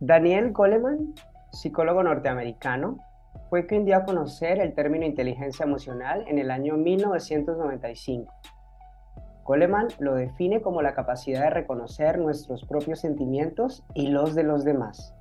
Daniel Goleman, psicólogo norteamericano, fue quien dio a conocer el término inteligencia emocional en el año 1995. Goleman lo define como la capacidad de reconocer nuestros propios sentimientos y los de los demás,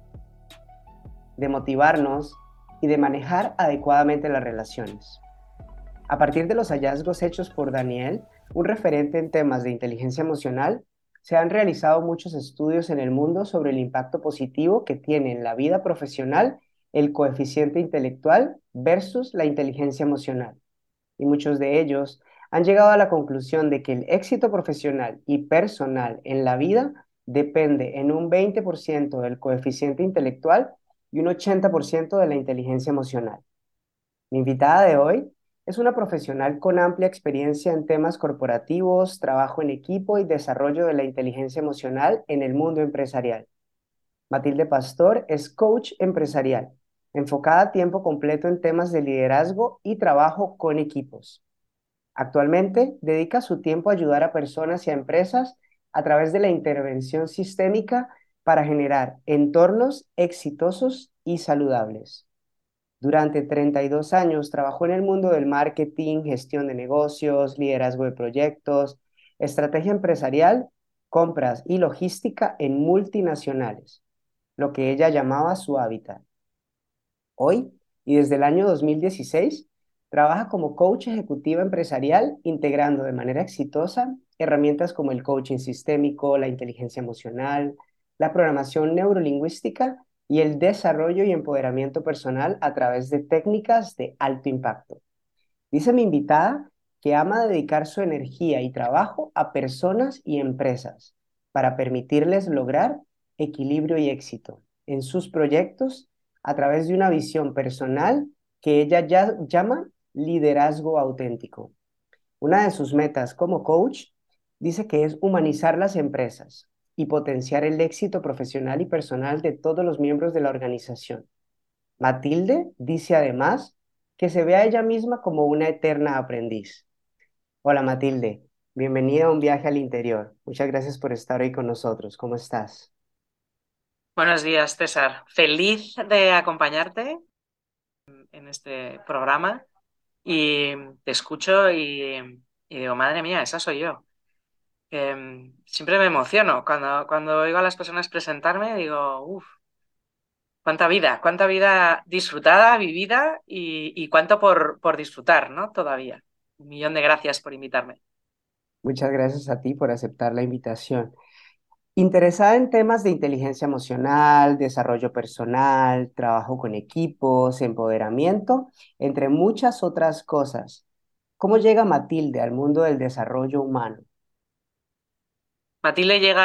de motivarnos y de manejar adecuadamente las relaciones. A partir de los hallazgos hechos por Daniel, un referente en temas de inteligencia emocional, se han realizado muchos estudios en el mundo sobre el impacto positivo que tiene en la vida profesional el coeficiente intelectual versus la inteligencia emocional. Y muchos de ellos han llegado a la conclusión de que el éxito profesional y personal en la vida depende en un 20% del coeficiente intelectual y un 80% de la inteligencia emocional. Mi invitada de hoy es una profesional con amplia experiencia en temas corporativos, trabajo en equipo y desarrollo de la inteligencia emocional en el mundo empresarial. Matilde Pastor es coach empresarial, enfocada a tiempo completo en temas de liderazgo y trabajo con equipos. Actualmente dedica su tiempo a ayudar a personas y a empresas a través de la intervención sistémica para generar entornos exitosos y saludables. Durante 32 años trabajó en el mundo del marketing, gestión de negocios, liderazgo de proyectos, estrategia empresarial, compras y logística en multinacionales, lo que ella llamaba su hábitat. Hoy, y desde el año 2016, trabaja como coach ejecutiva empresarial, integrando de manera exitosa herramientas como el coaching sistémico, la inteligencia emocional, la programación neurolingüística y el desarrollo y empoderamiento personal a través de técnicas de alto impacto. Dice mi invitada que ama dedicar su energía y trabajo a personas y empresas para permitirles lograr equilibrio y éxito en sus proyectos a través de una visión personal que ella ya llama liderazgo auténtico. Una de sus metas como coach dice que es humanizar las empresas y potenciar el éxito profesional y personal de todos los miembros de la organización. Matilde dice además que se ve a ella misma como una eterna aprendiz. Hola Matilde, bienvenida a un viaje al interior. Muchas gracias por estar hoy con nosotros. ¿Cómo estás? Buenos días, César. Feliz de acompañarte en este programa y te escucho y digo, madre mía, esa soy yo. Siempre me emociono cuando oigo a las personas presentarme, digo, uff, cuánta vida disfrutada, vivida y cuánto por disfrutar, ¿no? Todavía. Un millón de gracias por invitarme. Muchas gracias a ti por aceptar la invitación. Interesada en temas de inteligencia emocional, desarrollo personal, trabajo con equipos, empoderamiento, entre muchas otras cosas. ¿Cómo llega Matilde al mundo del desarrollo humano? Matilde llega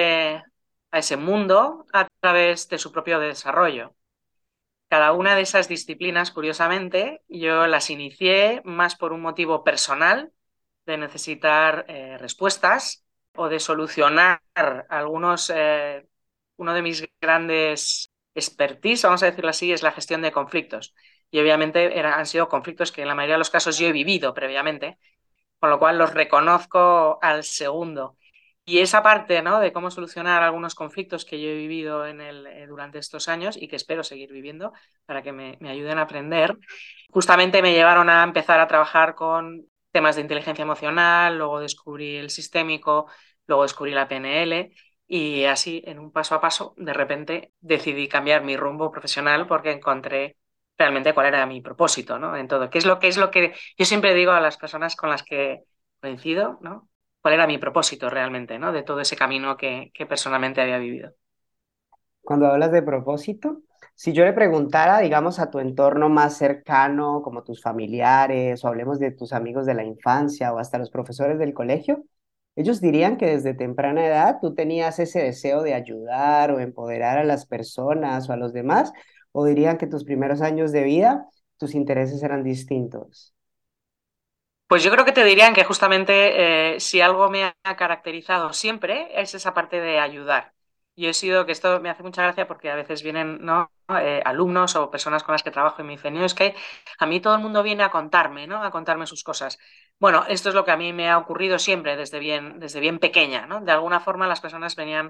a ese mundo a través de su propio desarrollo. Cada una de esas disciplinas, curiosamente, yo las inicié más por un motivo personal de necesitar respuestas o de solucionar algunos. Uno de mis grandes expertise, vamos a decirlo así, es la gestión de conflictos. Y obviamente han sido conflictos que en la mayoría de los casos yo he vivido previamente, con lo cual los reconozco al segundo. Y esa parte, ¿no?, de cómo solucionar algunos conflictos que yo he vivido durante estos años y que espero seguir viviendo para que me ayuden a aprender, justamente me llevaron a empezar a trabajar con temas de inteligencia emocional, luego descubrí el sistémico, luego descubrí la PNL y así, en un paso a paso, de repente decidí cambiar mi rumbo profesional porque encontré realmente cuál era mi propósito, ¿no?, en todo. ¿Qué es lo que yo siempre digo a las personas con las que coincido, ¿no? ¿Cuál era mi propósito realmente, ¿no?, de todo ese camino que personalmente había vivido? Cuando hablas de propósito, si yo le preguntara, digamos, a tu entorno más cercano, como tus familiares, o hablemos de tus amigos de la infancia o hasta los profesores del colegio, ellos dirían que desde temprana edad tú tenías ese deseo de ayudar o empoderar a las personas o a los demás, o dirían que tus primeros años de vida, tus intereses eran distintos. Pues yo creo que te dirían que justamente si algo me ha caracterizado siempre es esa parte de ayudar. Yo he sido, que esto me hace mucha gracia porque a veces vienen, ¿no?, alumnos o personas con las que trabajo y me dicen, no, es que a mí todo el mundo viene a contarme, ¿no?, a contarme sus cosas. Bueno, esto es lo que a mí me ha ocurrido siempre desde bien pequeña, ¿no? De alguna forma las personas venían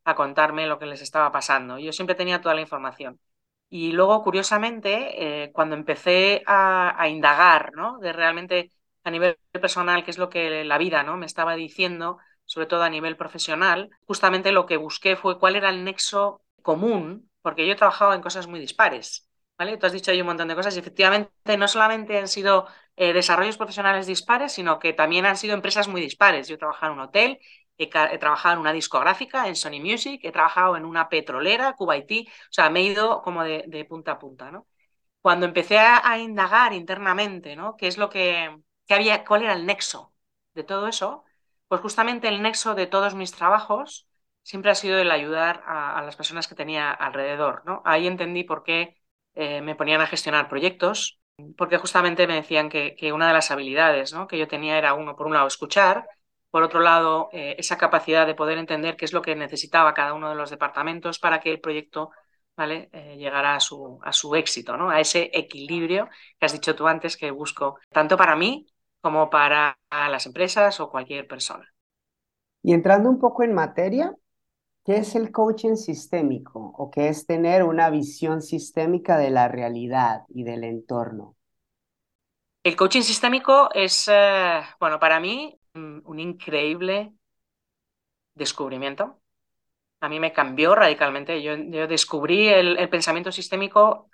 a contarme lo que les estaba pasando. Yo siempre tenía toda la información. Y luego, curiosamente, cuando empecé a indagar, ¿no? De realmente a nivel personal qué es lo que la vida, ¿no? me estaba diciendo, sobre todo a nivel profesional, justamente lo que busqué fue cuál era el nexo común, porque yo he trabajado en cosas muy dispares. ¿Vale? Tú has dicho ahí un montón de cosas y efectivamente no solamente han sido desarrollos profesionales dispares, sino que también han sido empresas muy dispares. Yo he trabajado en un hotel, he trabajado en una discográfica, en Sony Music, he trabajado en una petrolera, Kuwaití, o sea, me he ido como de punta a punta, ¿no? Cuando empecé a indagar internamente, ¿no? ¿Qué es lo que había, cuál era el nexo de todo eso? Pues justamente el nexo de todos mis trabajos siempre ha sido el ayudar a las personas que tenía alrededor, ¿no? Ahí entendí por qué me ponían a gestionar proyectos, porque justamente me decían que una de las habilidades, ¿no? que yo tenía era, uno, por un lado, escuchar, por otro lado, esa capacidad de poder entender qué es lo que necesitaba cada uno de los departamentos para que el proyecto, ¿vale? Llegar a su éxito, ¿no? A ese equilibrio que has dicho tú antes que busco, tanto para mí como para las empresas o cualquier persona. Y entrando un poco en materia, ¿qué es el coaching sistémico o qué es tener una visión sistémica de la realidad y del entorno? El coaching sistémico es, bueno, para mí un increíble descubrimiento. A mí me cambió radicalmente. Yo descubrí el pensamiento sistémico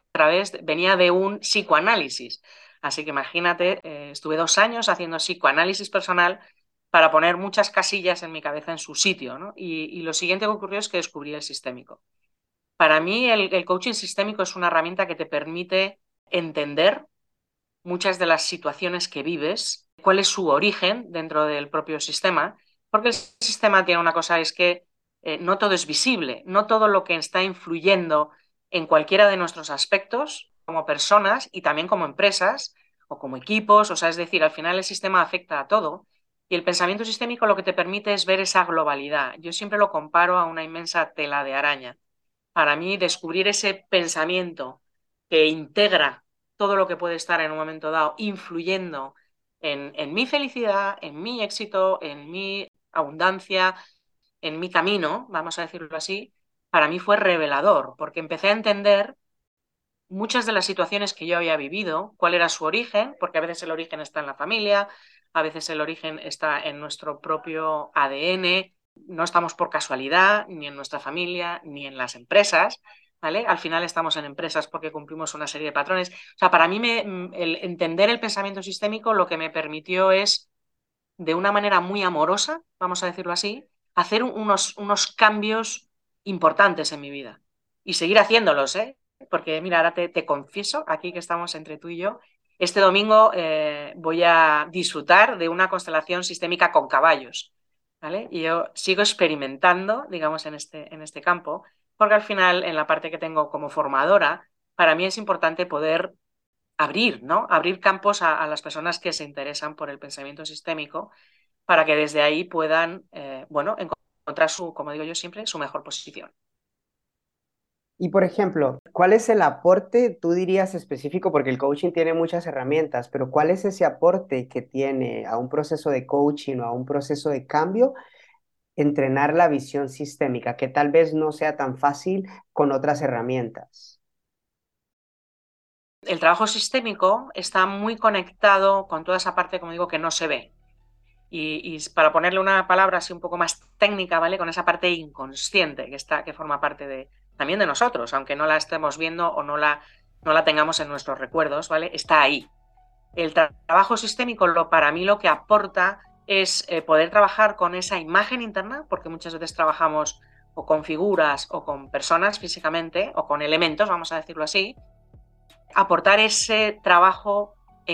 venía de un psicoanálisis. Así que imagínate, estuve 2 años haciendo psicoanálisis personal para poner muchas casillas en mi cabeza en su sitio, ¿no? Y lo siguiente que ocurrió es que descubrí el sistémico. Para mí el coaching sistémico es una herramienta que te permite entender muchas de las situaciones que vives, cuál es su origen dentro del propio sistema, porque el sistema tiene una cosa, es que no todo es visible, no todo lo que está influyendo en cualquiera de nuestros aspectos como personas y también como empresas o como equipos, o sea, es decir, al final el sistema afecta a todo y el pensamiento sistémico lo que te permite es ver esa globalidad. Yo siempre lo comparo a una inmensa tela de araña. Para mí, descubrir ese pensamiento que integra todo lo que puede estar en un momento dado, influyendo en mi felicidad, en mi éxito, en mi abundancia, en mi camino, vamos a decirlo así, para mí fue revelador, porque empecé a entender muchas de las situaciones que yo había vivido, cuál era su origen, porque a veces el origen está en la familia, a veces el origen está en nuestro propio ADN, no estamos por casualidad, ni en nuestra familia, ni en las empresas, ¿vale? Al final estamos en empresas porque cumplimos una serie de patrones. O sea, para mí el entender el pensamiento sistémico lo que me permitió es, de una manera muy amorosa, vamos a decirlo así, hacer unos cambios importantes en mi vida. Y seguir haciéndolos, ¿eh? Porque mira, ahora te confieso, aquí que estamos entre tú y yo, este domingo voy a disfrutar de una constelación sistémica con caballos, ¿vale? Y yo sigo experimentando, digamos, en este campo, porque al final, en la parte que tengo como formadora, para mí es importante poder abrir, ¿no? Abrir campos a las personas que se interesan por el pensamiento sistémico para que desde ahí puedan, bueno, encontrar su, como digo yo siempre, su mejor posición. Y por ejemplo, ¿cuál es el aporte, tú dirías específico, porque el coaching tiene muchas herramientas, pero cuál es ese aporte que tiene a un proceso de coaching o a un proceso de cambio entrenar la visión sistémica, que tal vez no sea tan fácil con otras herramientas? El trabajo sistémico está muy conectado con toda esa parte, como digo, que no se ve. Y para ponerle una palabra así un poco más técnica, ¿vale? Con esa parte inconsciente que forma parte también de nosotros, aunque no la estemos viendo o no la tengamos en nuestros recuerdos, ¿vale? Está ahí. El trabajo sistémico, para mí, lo que aporta es poder trabajar con esa imagen interna, porque muchas veces trabajamos o con figuras o con personas físicamente o con elementos, vamos a decirlo así, aportar ese trabajo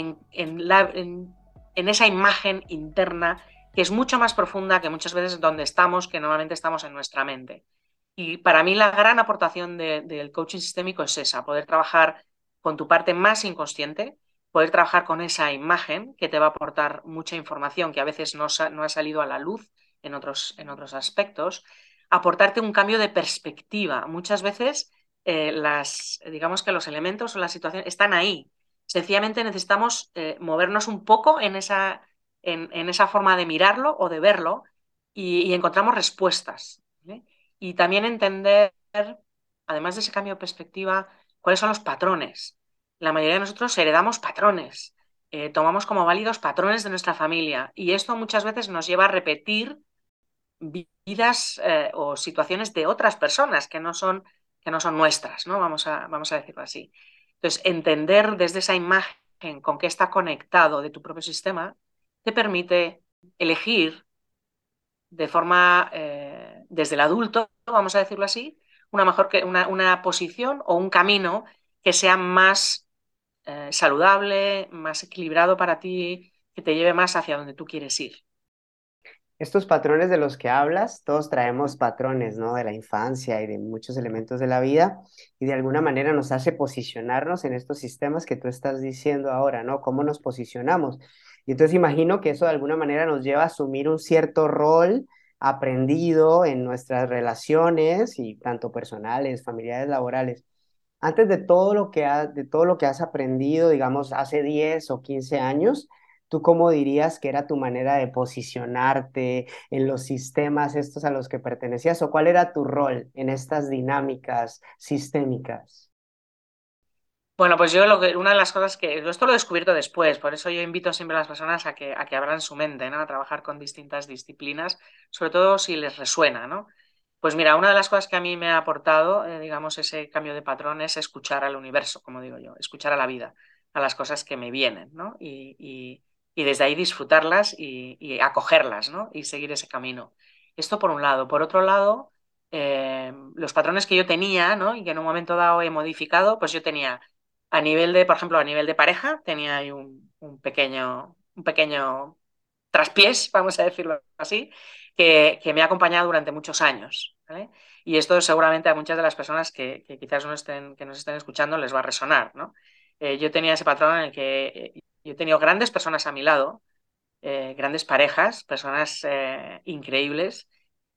en esa imagen interna que es mucho más profunda que muchas veces donde estamos, que normalmente estamos en nuestra mente. Y para mí la gran aportación del coaching sistémico es esa, poder trabajar con tu parte más inconsciente, poder trabajar con esa imagen que te va a aportar mucha información que a veces no ha salido a la luz en otros aspectos, aportarte un cambio de perspectiva. Muchas veces digamos que los elementos o las situaciones están ahí. Sencillamente necesitamos movernos un poco en esa forma de mirarlo o de verlo y encontramos respuestas, ¿vale? y también entender, además de ese cambio de perspectiva, cuáles son los patrones. La mayoría de nosotros heredamos patrones, tomamos como válidos patrones de nuestra familia y esto muchas veces nos lleva a repetir vidas o situaciones de otras personas que no son nuestras, ¿no? Vamos a decirlo así. Entonces, entender desde esa imagen con qué está conectado de tu propio sistema te permite elegir de forma, desde el adulto, vamos a decirlo así, una posición o un camino que sea más saludable, más equilibrado para ti, que te lleve más hacia donde tú quieres ir. Estos patrones de los que hablas, todos traemos patrones, ¿no? De la infancia y de muchos elementos de la vida, y de alguna manera nos hace posicionarnos en estos sistemas que tú estás diciendo ahora, ¿no? ¿Cómo nos posicionamos? Y entonces imagino que eso de alguna manera nos lleva a asumir un cierto rol aprendido en nuestras relaciones, y tanto personales, familiares, laborales. Antes de todo de todo lo que has aprendido, digamos, hace 10 o 15 años, ¿tú cómo dirías que era tu manera de posicionarte en los sistemas estos a los que pertenecías? ¿O cuál era tu rol en estas dinámicas sistémicas? Bueno, pues yo una de las cosas esto lo he descubierto después, por eso yo invito siempre a las personas a que abran su mente, ¿no? A trabajar con distintas disciplinas, sobre todo si les resuena, ¿no? Pues mira, una de las cosas que a mí me ha aportado, digamos, ese cambio de patrón es escuchar al universo, como digo yo, escuchar a la vida, a las cosas que me vienen, ¿no? Y desde ahí disfrutarlas y acogerlas, ¿no? Y seguir ese camino. Esto por un lado. Por otro lado, los patrones que yo tenía, ¿no? Y que en un momento dado he modificado, pues yo tenía a nivel de, por ejemplo, a nivel de pareja, tenía ahí un pequeño traspiés, vamos a decirlo así, que me ha acompañado durante muchos años, ¿vale? Y esto seguramente a muchas de las personas que quizás que nos estén escuchando les va a resonar, ¿no? Yo tenía ese patrón en el que yo he tenido grandes personas a mi lado, grandes parejas, personas increíbles,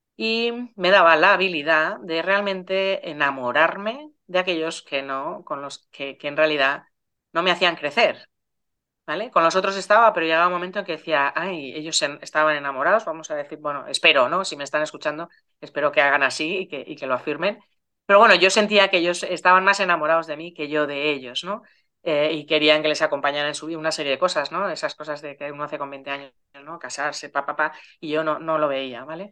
y me daba la habilidad de realmente enamorarme de aquellos que no, con los que en realidad no me hacían crecer, ¿vale? Con los otros estaba, pero llegaba un momento en que decía, ay, ellos estaban enamorados, vamos a decir, bueno, espero, ¿no? Si me están escuchando, espero que hagan así y que lo afirmen. Pero bueno, yo sentía que ellos estaban más enamorados de mí que yo de ellos, ¿no? Y querían que les acompañara en su vida una serie de cosas, ¿no? Esas cosas de que uno hace con 20 años, ¿no? Casarse, y yo no lo veía, ¿vale?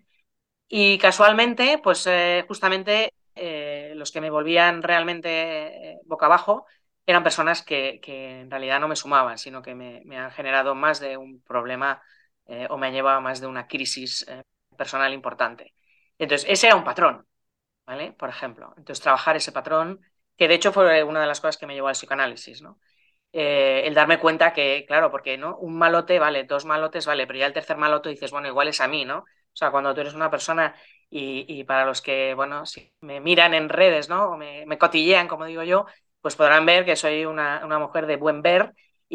Y casualmente, pues justamente los que me volvían realmente boca abajo eran personas que en realidad no me sumaban, sino que me han generado más de un problema o me han llevado a más de una crisis personal importante. Entonces, ese era un patrón, ¿vale? Por ejemplo. Entonces, trabajar ese patrón, que de hecho fue una de las cosas que me llevó al psicoanálisis, ¿no? El darme cuenta que, claro, porque ¿no? Un malote vale, dos malotes vale, pero ya el tercer malote dices, bueno, igual es a mí, ¿no? O sea, cuando tú eres una persona y para los que, bueno, si me miran en redes, ¿no? O me cotillean, como digo yo, pues podrán ver que soy una mujer de buen ver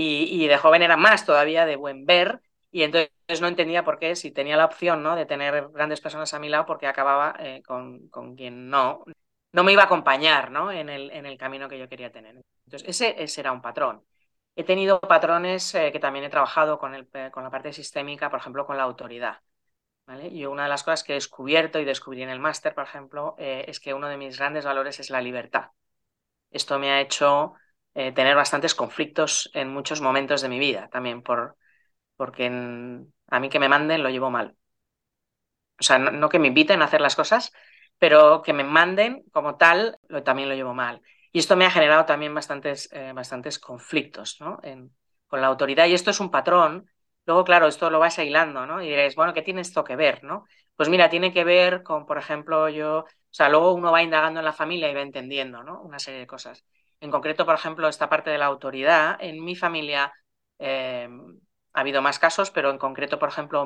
y de joven era más todavía de buen ver y entonces no entendía por qué, si tenía la opción, ¿no? De tener grandes personas a mi lado, porque acababa con quien no me iba a acompañar, ¿no? En el camino que yo quería tener. Entonces, ese era un patrón. He tenido patrones que también he trabajado con la parte sistémica, por ejemplo, con la autoridad. ¿Vale? Y una de las cosas que he descubierto y descubrí en el máster, por ejemplo, es que uno de mis grandes valores es la libertad. Esto me ha hecho tener bastantes conflictos en muchos momentos de mi vida, también porque a mí que me manden lo llevo mal. O sea, no que me inviten a hacer las cosas, pero que me manden como tal, también lo llevo mal. Y esto me ha generado también bastantes conflictos, ¿no? Con la autoridad. Y esto es un patrón. Luego, claro, esto lo vas hilando, ¿no? Y diréis, bueno, ¿qué tiene esto que ver, no? Pues mira, tiene que ver con, por ejemplo, o sea, luego uno va indagando en la familia y va entendiendo, ¿no? Una serie de cosas. En concreto, por ejemplo, esta parte de la autoridad, en mi familia eh, ha habido más casos, pero en concreto, por ejemplo,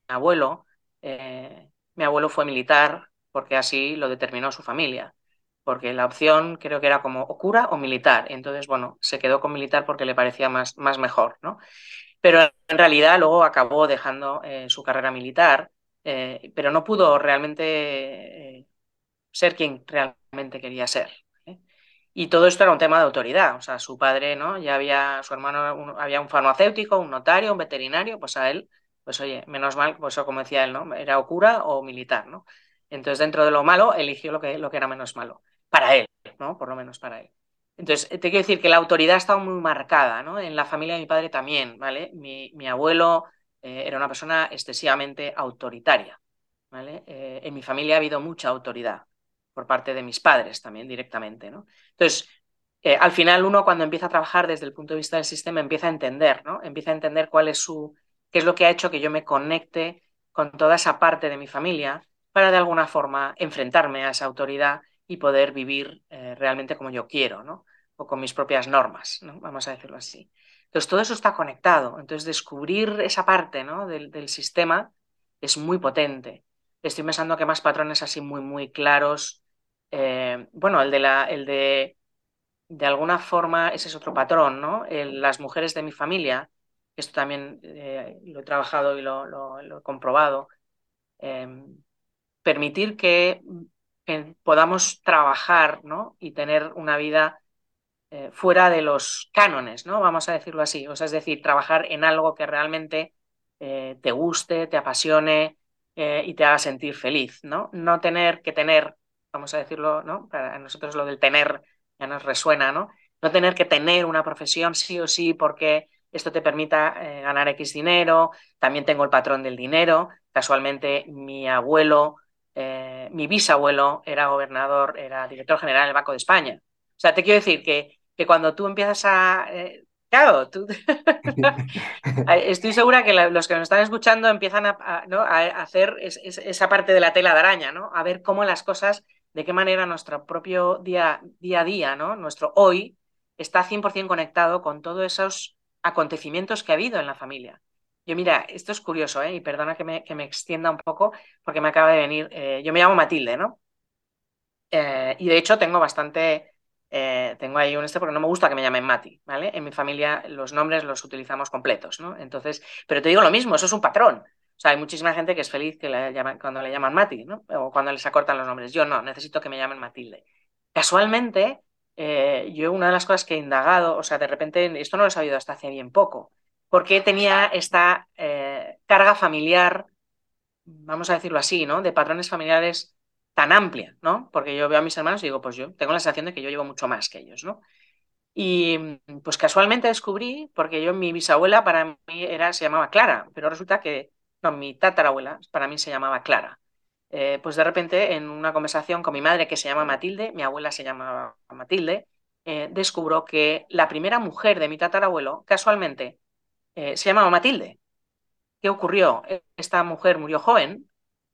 mi abuelo fue militar porque así lo determinó su familia, porque la opción creo que era como o cura o militar. Entonces, bueno, se quedó con militar porque le parecía más mejor, ¿no? Pero en realidad luego acabó dejando su carrera militar, pero no pudo realmente ser quien realmente quería ser. ¿Eh? Y todo esto era un tema de autoridad. O sea, su padre, ¿no? Ya había, su hermano, había un farmacéutico, un notario, un veterinario, pues a él, pues oye, menos mal, pues eso como decía él, ¿no? Era o cura o militar, ¿no? Entonces, dentro de lo malo, eligió lo que era menos malo. Para él, ¿no? Por lo menos para él. Entonces, te quiero decir que la autoridad ha estado muy marcada, ¿no? En la familia de mi padre también, ¿vale? Mi abuelo era una persona excesivamente autoritaria, ¿vale? En mi familia ha habido mucha autoridad por parte de mis padres también directamente, ¿no? Entonces, al final uno cuando empieza a trabajar desde el punto de vista del sistema empieza a entender, ¿no? Empieza a entender qué es lo que ha hecho que yo me conecte con toda esa parte de mi familia para de alguna forma enfrentarme a esa autoridad y poder vivir realmente como yo quiero, ¿no? O con mis propias normas, ¿no? Vamos a decirlo así. Entonces todo eso está conectado. Entonces descubrir esa parte, ¿no? del sistema es muy potente. Estoy pensando que más patrones así muy, muy claros. Bueno, de alguna forma, ese es otro patrón, ¿no? Las mujeres de mi familia, esto también lo he trabajado y lo he comprobado, eh, permitir que podamos trabajar, ¿no? Y tener una vida fuera de los cánones, ¿no? Vamos a decirlo así. O sea, es decir, trabajar en algo que realmente te guste, te apasione y te haga sentir feliz, ¿no? No tener que tener, vamos a decirlo, ¿no? Para nosotros lo del tener ya nos resuena, ¿no? No tener que tener una profesión sí o sí porque esto te permita ganar X dinero. También tengo el patrón del dinero. Casualmente, mi bisabuelo era gobernador, era director general del Banco de España. O sea, te quiero decir que cuando tú empiezas a... claro, tú... Estoy segura que los que nos están escuchando empiezan ¿no? a hacer esa parte de la tela de araña, ¿no? A ver cómo las cosas, de qué manera nuestro propio día a día, ¿no? Nuestro hoy, está 100% conectado con todos esos acontecimientos que ha habido en la familia. Yo, mira, esto es curioso, ¿eh? Y perdona que me extienda un poco porque me acaba de venir... yo me llamo Matilde, ¿no? Y de hecho tengo bastante, tengo ahí un porque no me gusta que me llamen Mati, ¿vale? En mi familia los nombres los utilizamos completos, ¿no? Entonces, pero te digo lo mismo, eso es un patrón. O sea, hay muchísima gente que es feliz cuando le llaman Mati, ¿no? O cuando les acortan los nombres. Yo no, necesito que me llamen Matilde. Casualmente, yo una de las cosas que he indagado, o sea, de repente, esto no lo he sabido hasta hace bien poco, porque tenía esta carga familiar, vamos a decirlo así, ¿no? De patrones familiares tan amplia, ¿no? Porque yo veo a mis hermanos y digo, pues yo tengo la sensación de que yo llevo mucho más que ellos, ¿no? Y pues casualmente descubrí, porque mi bisabuela para mí se llamaba Clara, pero resulta que, no, mi tatarabuela para mí se llamaba Clara. Pues de repente en una conversación con mi madre que se llama Matilde, mi abuela se llamaba Matilde, descubro que la primera mujer de mi tatarabuelo, casualmente, se llamaba Matilde. ¿Qué ocurrió? Esta mujer murió joven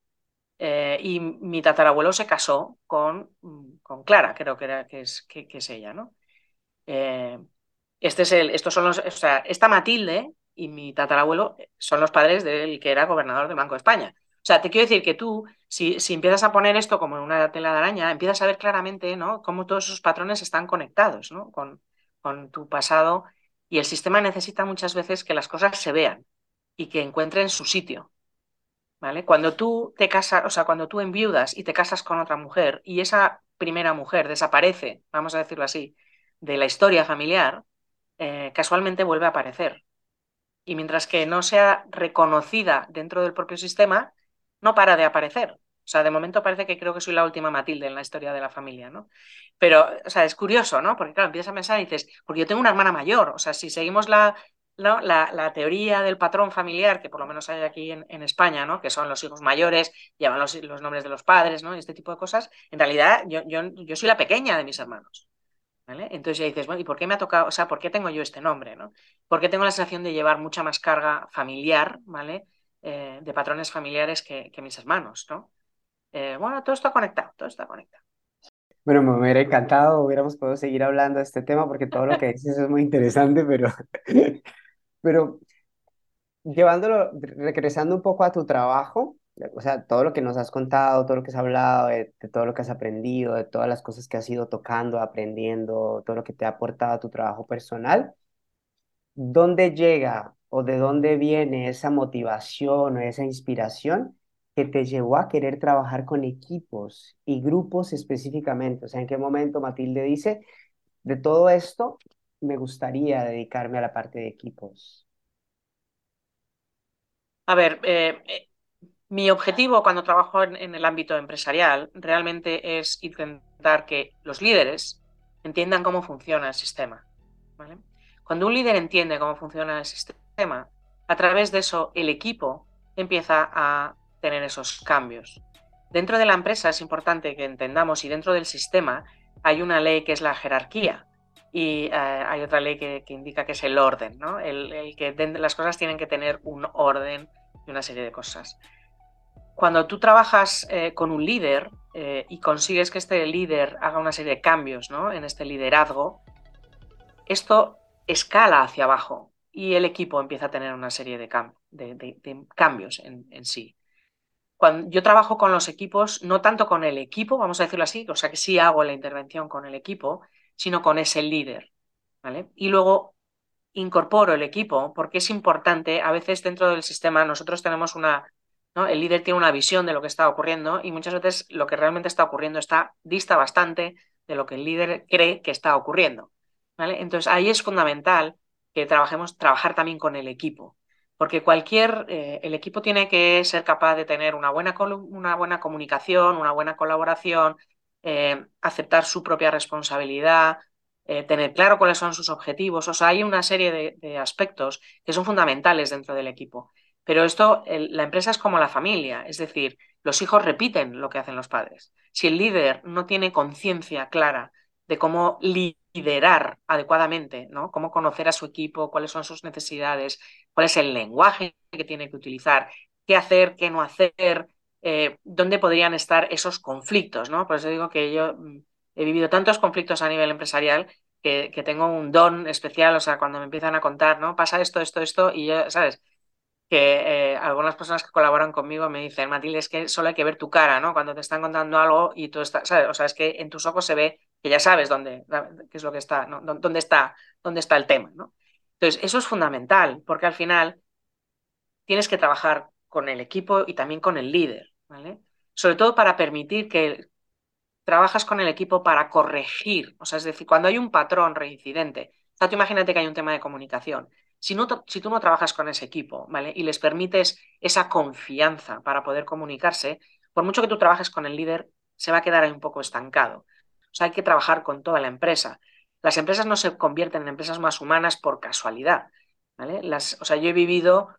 y mi tatarabuelo se casó con Clara, creo que es ella, ¿no? Eh, estos son o sea, esta Matilde y mi tatarabuelo son los padres del que era gobernador del Banco de España. O sea, te quiero decir que tú, si empiezas a poner esto como en una tela de araña, empiezas a ver claramente, ¿no? Cómo todos esos patrones están conectados, ¿no? Con tu pasado y el sistema necesita muchas veces que las cosas se vean y que encuentren su sitio. ¿Vale? Cuando tú te casas, o sea, cuando tú enviudas y te casas con otra mujer y esa primera mujer desaparece, vamos a decirlo así, de la historia familiar, casualmente vuelve a aparecer. Y mientras que no sea reconocida dentro del propio sistema, no para de aparecer. O sea, de momento parece que creo que soy la última Matilde en la historia de la familia, ¿no? Pero, o sea, es curioso, ¿no? Porque claro, empiezas a pensar y dices, porque yo tengo una hermana mayor, o sea, si seguimos ¿no? la teoría del patrón familiar, que por lo menos hay aquí en España, ¿no? Que son los hijos mayores, llevan los nombres de los padres, ¿no? Y este tipo de cosas, en realidad yo soy la pequeña de mis hermanos. ¿Vale? Entonces ya dices, bueno, ¿y por qué me ha tocado, o sea, por qué tengo yo este nombre, ¿no? Porque tengo la sensación de llevar mucha más carga familiar, ¿vale? De patrones familiares que mis hermanos, ¿no? Bueno, todo está conectado, todo está conectado. Bueno, me hubiera encantado, hubiéramos podido seguir hablando de este tema porque todo lo que dices es muy interesante, pero, pero regresando un poco a tu trabajo, o sea, todo lo que nos has contado, todo lo que has hablado, de todo lo que has aprendido, de todas las cosas que has ido tocando, aprendiendo, todo lo que te ha aportado a tu trabajo personal, ¿dónde llega o de dónde viene esa motivación o esa inspiración que te llevó a querer trabajar con equipos y grupos específicamente? O sea, ¿en qué momento Matilde dice, de todo esto, me gustaría dedicarme a la parte de equipos? A ver, Mi objetivo cuando trabajo en el ámbito empresarial realmente es intentar que los líderes entiendan cómo funciona el sistema, ¿vale? Cuando un líder entiende cómo funciona el sistema, a través de eso el equipo empieza a tener esos cambios. Dentro de la empresa es importante que entendamos, y dentro del sistema hay una ley que es la jerarquía y hay otra ley que indica que es el orden, ¿no? El que las cosas tienen que tener un orden y una serie de cosas. Cuando tú trabajas con un líder y consigues que este líder haga una serie de cambios, ¿no? En este liderazgo, esto escala hacia abajo y el equipo empieza a tener una serie de cambios en sí. Cuando yo trabajo con los equipos, no tanto con el equipo, vamos a decirlo así, o sea que sí hago la intervención con el equipo, sino con ese líder, ¿vale? Y luego incorporo el equipo porque es importante, a veces dentro del sistema nosotros tenemos ¿no? El líder tiene una visión de lo que está ocurriendo y muchas veces lo que realmente está ocurriendo dista bastante de lo que el líder cree que está ocurriendo, ¿vale? Entonces ahí es fundamental que trabajar también con el equipo, porque el equipo tiene que ser capaz de tener una buena comunicación, una buena colaboración, aceptar su propia responsabilidad, tener claro cuáles son sus objetivos. O sea, hay una serie de aspectos que son fundamentales dentro del equipo. Pero la empresa es como la familia, es decir, los hijos repiten lo que hacen los padres. Si el líder no tiene conciencia clara de cómo liderar adecuadamente, ¿no? Cómo conocer a su equipo, cuáles son sus necesidades, cuál es el lenguaje que tiene que utilizar, qué hacer, qué no hacer, dónde podrían estar esos conflictos, ¿no? Por eso digo que yo he vivido tantos conflictos a nivel empresarial que tengo un don especial, o sea, cuando me empiezan a contar, ¿no? Pasa esto, y yo, ¿sabes? Que algunas personas que colaboran conmigo me dicen, Matilde, es que solo hay que ver tu cara, ¿no? Cuando te están contando algo y tú estás, ¿sabes? O sea, es que en tus ojos se ve que ya sabes qué es lo que está, ¿no? Dónde está el tema, ¿no? Entonces, eso es fundamental, porque al final tienes que trabajar con el equipo y también con el líder, ¿vale? Sobre todo para permitir que trabajas con el equipo para corregir, o sea, es decir, cuando hay un patrón reincidente, o sea, tú imagínate que hay un tema de comunicación. Si tú no trabajas con ese equipo, ¿vale? Y les permites esa confianza para poder comunicarse, por mucho que tú trabajes con el líder, se va a quedar ahí un poco estancado. O sea, hay que trabajar con toda la empresa. Las empresas no se convierten en empresas más humanas por casualidad, ¿vale? O sea, yo he vivido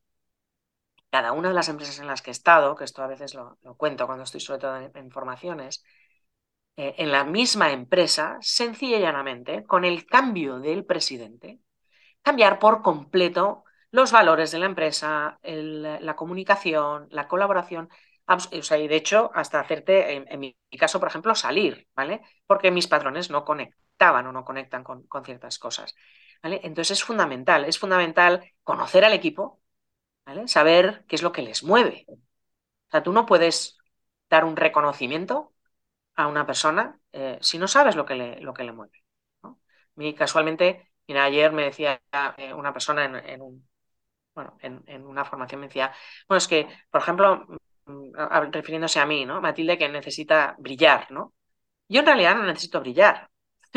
cada una de las empresas en las que he estado, que esto a veces lo cuento cuando estoy sobre todo en formaciones, en la misma empresa, sencilla y llanamente, con el cambio del presidente, cambiar por completo los valores de la empresa, la comunicación, la colaboración, o sea, y de hecho, hasta hacerte, en mi caso, por ejemplo, salir, ¿vale? Porque mis patrones no conectaban o no conectan con ciertas cosas, ¿vale? Entonces es fundamental conocer al equipo, ¿vale? Saber qué es lo que les mueve. O sea, tú no puedes dar un reconocimiento a una persona si no sabes lo que le mueve, ¿no? Casualmente, mira, ayer me decía una persona en una formación, me decía, bueno, es que, por ejemplo, refiriéndose a mí, ¿no? Matilde, que necesita brillar, ¿no? Yo en realidad no necesito brillar,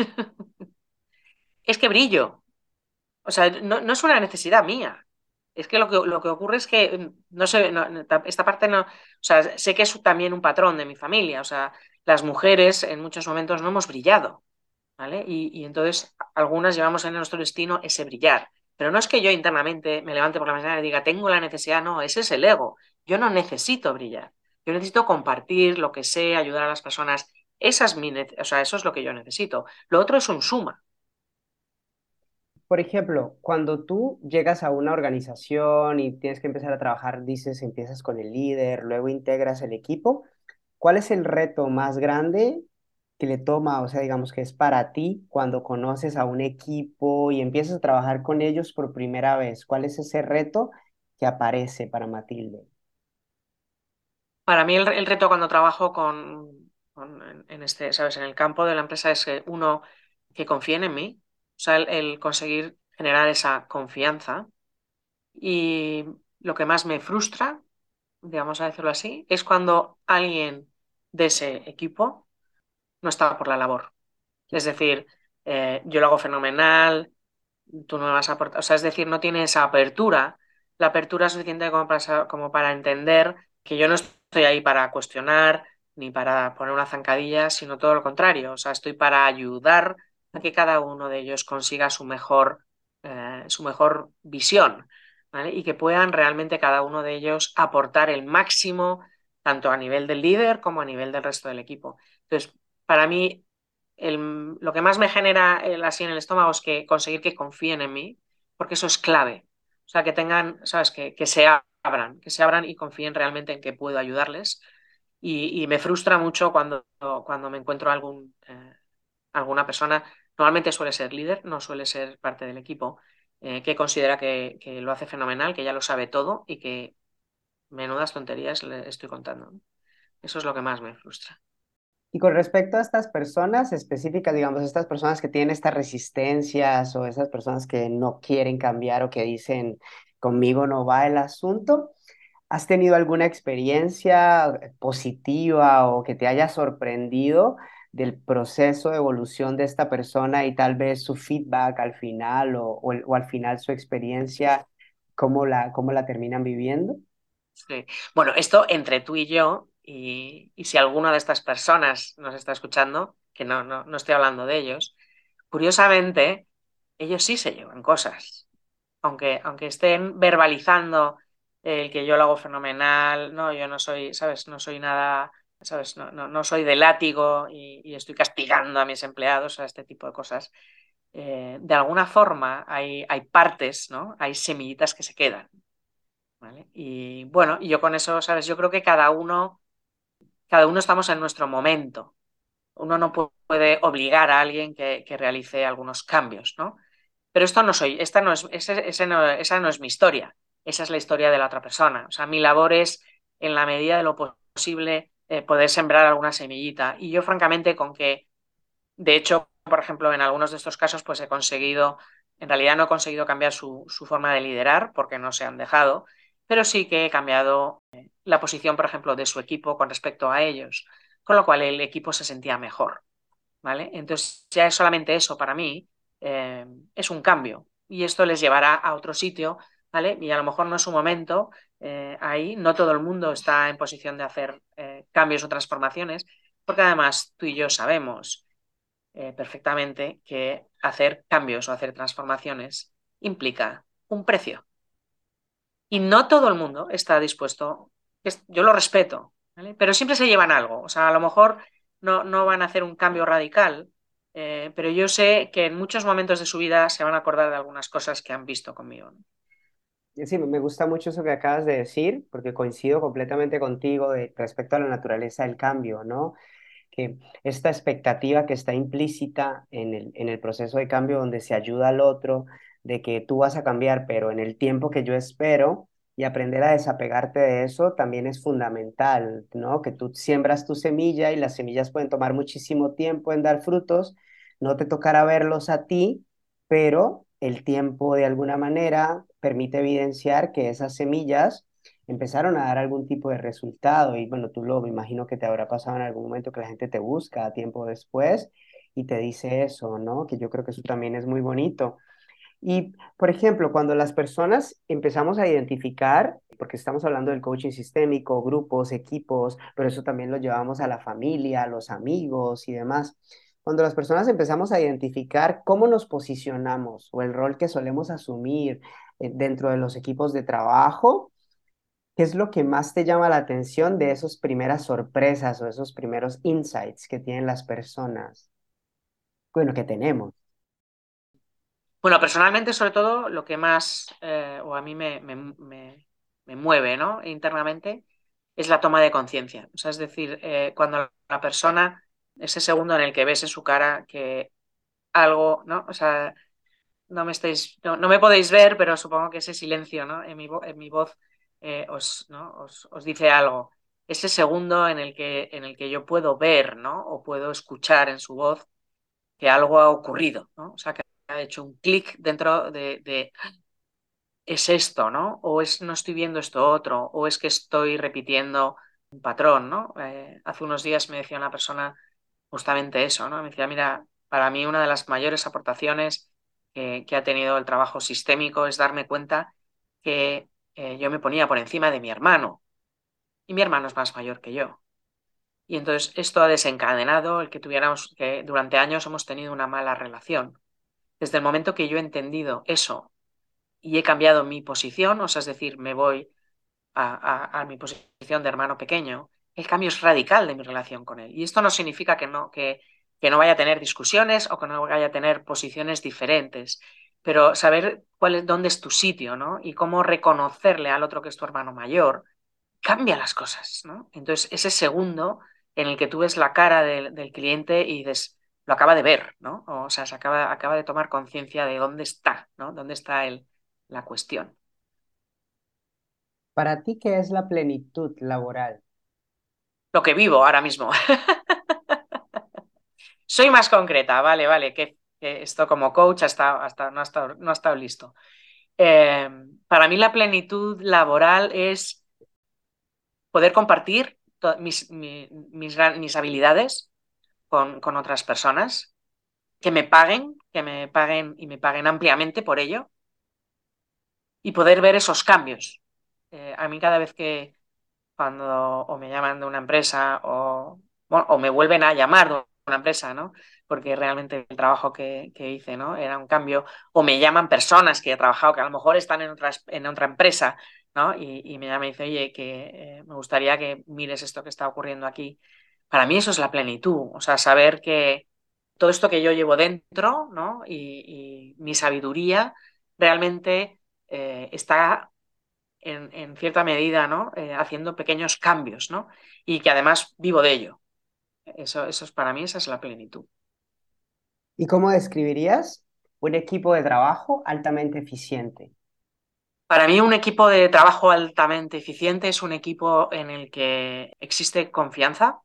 es que brillo. O sea, no es una necesidad mía. Es que lo que ocurre es que, no sé, esta parte no, o sea, sé que es también un patrón de mi familia, o sea, las mujeres en muchos momentos no hemos brillado, ¿vale? Y entonces algunas llevamos en nuestro destino ese brillar. Pero no es que yo internamente me levante por la mañana y diga, tengo la necesidad, no, ese es el ego. Yo no necesito brillar. Yo necesito compartir lo que sé, ayudar a las personas. O sea, eso es lo que yo necesito. Lo otro es un suma. Por ejemplo, cuando tú llegas a una organización y tienes que empezar a trabajar, dices, empiezas con el líder, luego integras el equipo. ¿Cuál es el reto más grande que le toma, o sea, digamos que es para ti cuando conoces a un equipo y empiezas a trabajar con ellos por primera vez? ¿Cuál es ese reto que aparece para Matilde? Para mí el reto cuando trabajo en este, ¿sabes? En el campo de la empresa es que uno que confíen en mí, o sea, el conseguir generar esa confianza. Y lo que más me frustra, digamos a decirlo así, es cuando alguien de ese equipo no está por la labor. Es decir, yo lo hago fenomenal, tú no me vas a aportar, o sea, es decir, no tiene esa apertura, la apertura suficiente como para entender que yo no estoy ahí para cuestionar ni para poner una zancadilla, sino todo lo contrario. O sea, estoy para ayudar a que cada uno de ellos consiga su mejor visión, ¿vale? Y que puedan realmente cada uno de ellos aportar el máximo, tanto a nivel del líder como a nivel del resto del equipo. Entonces, para mí, lo que más me genera así en el estómago es que conseguir que confíen en mí, porque eso es clave. O sea, que tengan, ¿sabes? Que se abran y confíen realmente en que puedo ayudarles. Y me frustra mucho cuando me encuentro alguna persona, normalmente suele ser líder, no suele ser parte del equipo, que considera que lo hace fenomenal, que ya lo sabe todo y que menudas tonterías le estoy contando, ¿no? Eso es lo que más me frustra. Y con respecto a estas personas específicas, digamos, estas personas que tienen estas resistencias o esas personas que no quieren cambiar o que dicen, conmigo no va el asunto, ¿has tenido alguna experiencia positiva o que te haya sorprendido del proceso de evolución de esta persona y tal vez su feedback al final o al final su experiencia, cómo la terminan viviendo? Sí. Bueno, esto entre tú y yo, y si alguna de estas personas nos está escuchando, que no estoy hablando de ellos, curiosamente, ellos sí se llevan cosas. Aunque estén verbalizando el que yo lo hago fenomenal, no, yo no soy, ¿sabes? No soy nada, ¿sabes? No soy de látigo y estoy castigando a mis empleados a este tipo de cosas. De alguna forma hay partes, ¿no? Hay semillitas que se quedan, ¿vale? Y bueno, y yo con eso, ¿sabes? Yo creo que cada uno estamos en nuestro momento. Uno no puede obligar a alguien que realice algunos cambios, ¿no? Pero esto no soy, esta no es, esa no es mi historia, esa es la historia de la otra persona. O sea, mi labor es, en la medida de lo posible, poder sembrar alguna semillita. Y yo, francamente, de hecho, por ejemplo, en algunos de estos casos, pues he conseguido, en realidad no he conseguido cambiar su forma de liderar porque no se han dejado, pero sí que he cambiado la posición, por ejemplo, de su equipo con respecto a ellos, con lo cual el equipo se sentía mejor. ¿Vale? Entonces, ya es solamente eso para mí, eh, es un cambio y esto les llevará a otro sitio, ¿vale? Y a lo mejor no es su momento ahí, no todo el mundo está en posición de hacer cambios o transformaciones, porque además tú y yo sabemos perfectamente que hacer cambios o hacer transformaciones implica un precio. Y no todo el mundo está dispuesto, yo lo respeto, ¿vale? Pero siempre se llevan algo. O sea, a lo mejor no van a hacer un cambio radical, pero yo sé que en muchos momentos de su vida se van a acordar de algunas cosas que han visto conmigo, ¿no? Sí, me gusta mucho eso que acabas de decir, porque coincido completamente contigo respecto a la naturaleza del cambio, ¿no? Que esta expectativa que está implícita en el proceso de cambio donde se ayuda al otro, de que tú vas a cambiar, pero en el tiempo que yo espero, y aprender a desapegarte de eso también es fundamental, ¿no? Que tú siembras tu semilla y las semillas pueden tomar muchísimo tiempo en dar frutos, no te tocará verlos a ti, pero el tiempo de alguna manera permite evidenciar que esas semillas empezaron a dar algún tipo de resultado y bueno, me imagino que te habrá pasado en algún momento que la gente te busca a tiempo después y te dice eso, ¿no? Que yo creo que eso también es muy bonito. Y, por ejemplo, cuando las personas empezamos a identificar, porque estamos hablando del coaching sistémico, grupos, equipos, pero eso también lo llevamos a la familia, a los amigos y demás. Cuando las personas empezamos a identificar cómo nos posicionamos o el rol que solemos asumir dentro de los equipos de trabajo, ¿qué es lo que más te llama la atención de esas primeras sorpresas o esos primeros insights que tienen las personas? Bueno, que tenemos. Bueno, personalmente, sobre todo, lo que más, o a mí me mueve, ¿no? Internamente, es la toma de conciencia. O sea, es decir, cuando la persona, ese segundo en el que ves en su cara que algo, ¿no? O sea, no me podéis ver, pero supongo que ese silencio, ¿no? En mi voz ¿no? Os dice algo. Ese segundo en el que yo puedo ver, ¿no? O puedo escuchar en su voz que algo ha ocurrido, ¿no? O sea, que ha hecho un clic dentro es esto, ¿no? O es no estoy viendo esto otro, o es que estoy repitiendo un patrón, ¿no? Hace unos días me decía una persona justamente eso, ¿no? Me decía, mira, para mí una de las mayores aportaciones que ha tenido el trabajo sistémico es darme cuenta que yo me ponía por encima de mi hermano. y mi hermano es más mayor que yo. Y entonces esto ha desencadenado el que tuviéramos, que durante años hemos tenido una mala relación. Desde el momento que yo he entendido eso y he cambiado mi posición, o sea, es decir, me voy a mi posición de hermano pequeño, el cambio es radical de mi relación con él. Y esto no significa que no vaya a tener discusiones o que no vaya a tener posiciones diferentes, pero saber dónde es tu sitio, ¿no? Y cómo reconocerle al otro que es tu hermano mayor cambia las cosas, ¿no? Entonces, ese segundo en el que tú ves la cara del cliente y dices, lo acaba de ver, ¿no? O sea, acaba de tomar conciencia de dónde está, ¿no? Dónde está la cuestión. Para ti, ¿qué es la plenitud laboral? Lo que vivo ahora mismo. Soy más concreta, vale, vale, que esto como coach no ha estado listo. Eh, para mí la plenitud laboral es poder compartir mis habilidades con otras personas, que me paguen y me paguen ampliamente por ello y poder ver esos cambios. A mí cada vez que cuando o me llaman de una empresa bueno, o me vuelven a llamar de una empresa, ¿no? Porque realmente el trabajo que hice, ¿no? Era un cambio, o me llaman personas que he trabajado, que a lo mejor están en otra empresa, ¿no? Y me llama y dice, oye, que me gustaría que mires esto que está ocurriendo aquí. Para mí eso es la plenitud, o sea, saber que todo esto que yo llevo dentro, ¿no? Y mi sabiduría realmente está en cierta medida, ¿no? Haciendo pequeños cambios, ¿no? Y que además vivo de ello. Eso es para mí, esa es la plenitud. ¿Y cómo describirías un equipo de trabajo altamente eficiente? Para mí, un equipo de trabajo altamente eficiente es un equipo en el que existe confianza,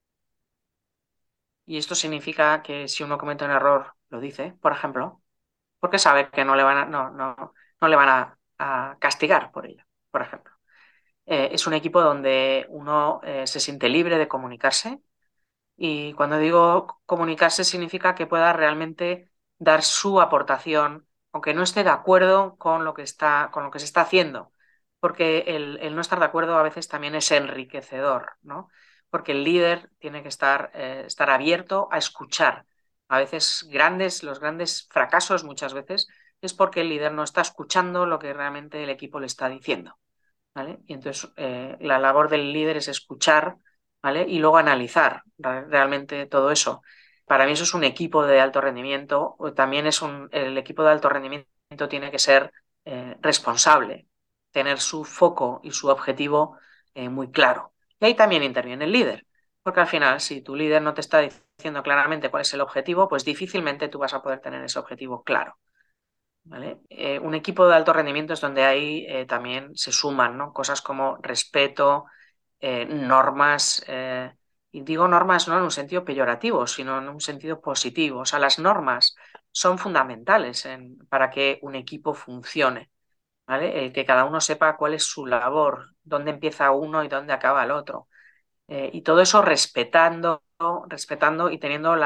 y esto significa que si uno comete un error, lo dice, por ejemplo, porque sabe que no le van a castigar por ello, por ejemplo. Es un equipo donde uno se siente libre de comunicarse. Y cuando digo comunicarse significa que pueda realmente dar su aportación, aunque no esté de acuerdo con lo que se está haciendo, porque el no estar de acuerdo a veces también es enriquecedor, ¿no? Porque el líder tiene que estar abierto a escuchar. A veces los grandes fracasos muchas veces es porque el líder no está escuchando lo que realmente el equipo le está diciendo. ¿Vale? Y entonces la labor del líder es escuchar, ¿vale? Y luego analizar realmente todo eso. Para mí eso es un equipo de alto rendimiento, o también el equipo de alto rendimiento tiene que ser responsable, tener su foco y su objetivo muy claro. Y ahí también interviene el líder, porque al final, si tu líder no te está diciendo claramente cuál es el objetivo, pues difícilmente tú vas a poder tener ese objetivo claro. ¿Vale? Un equipo de alto rendimiento es donde ahí también se suman, ¿no? Cosas como respeto, normas, y digo normas no en un sentido peyorativo, sino en un sentido positivo. O sea, las normas son fundamentales para que un equipo funcione, ¿vale? El que cada uno sepa cuál es su labor, dónde empieza uno y dónde acaba el otro. Y todo eso respetando y teniendo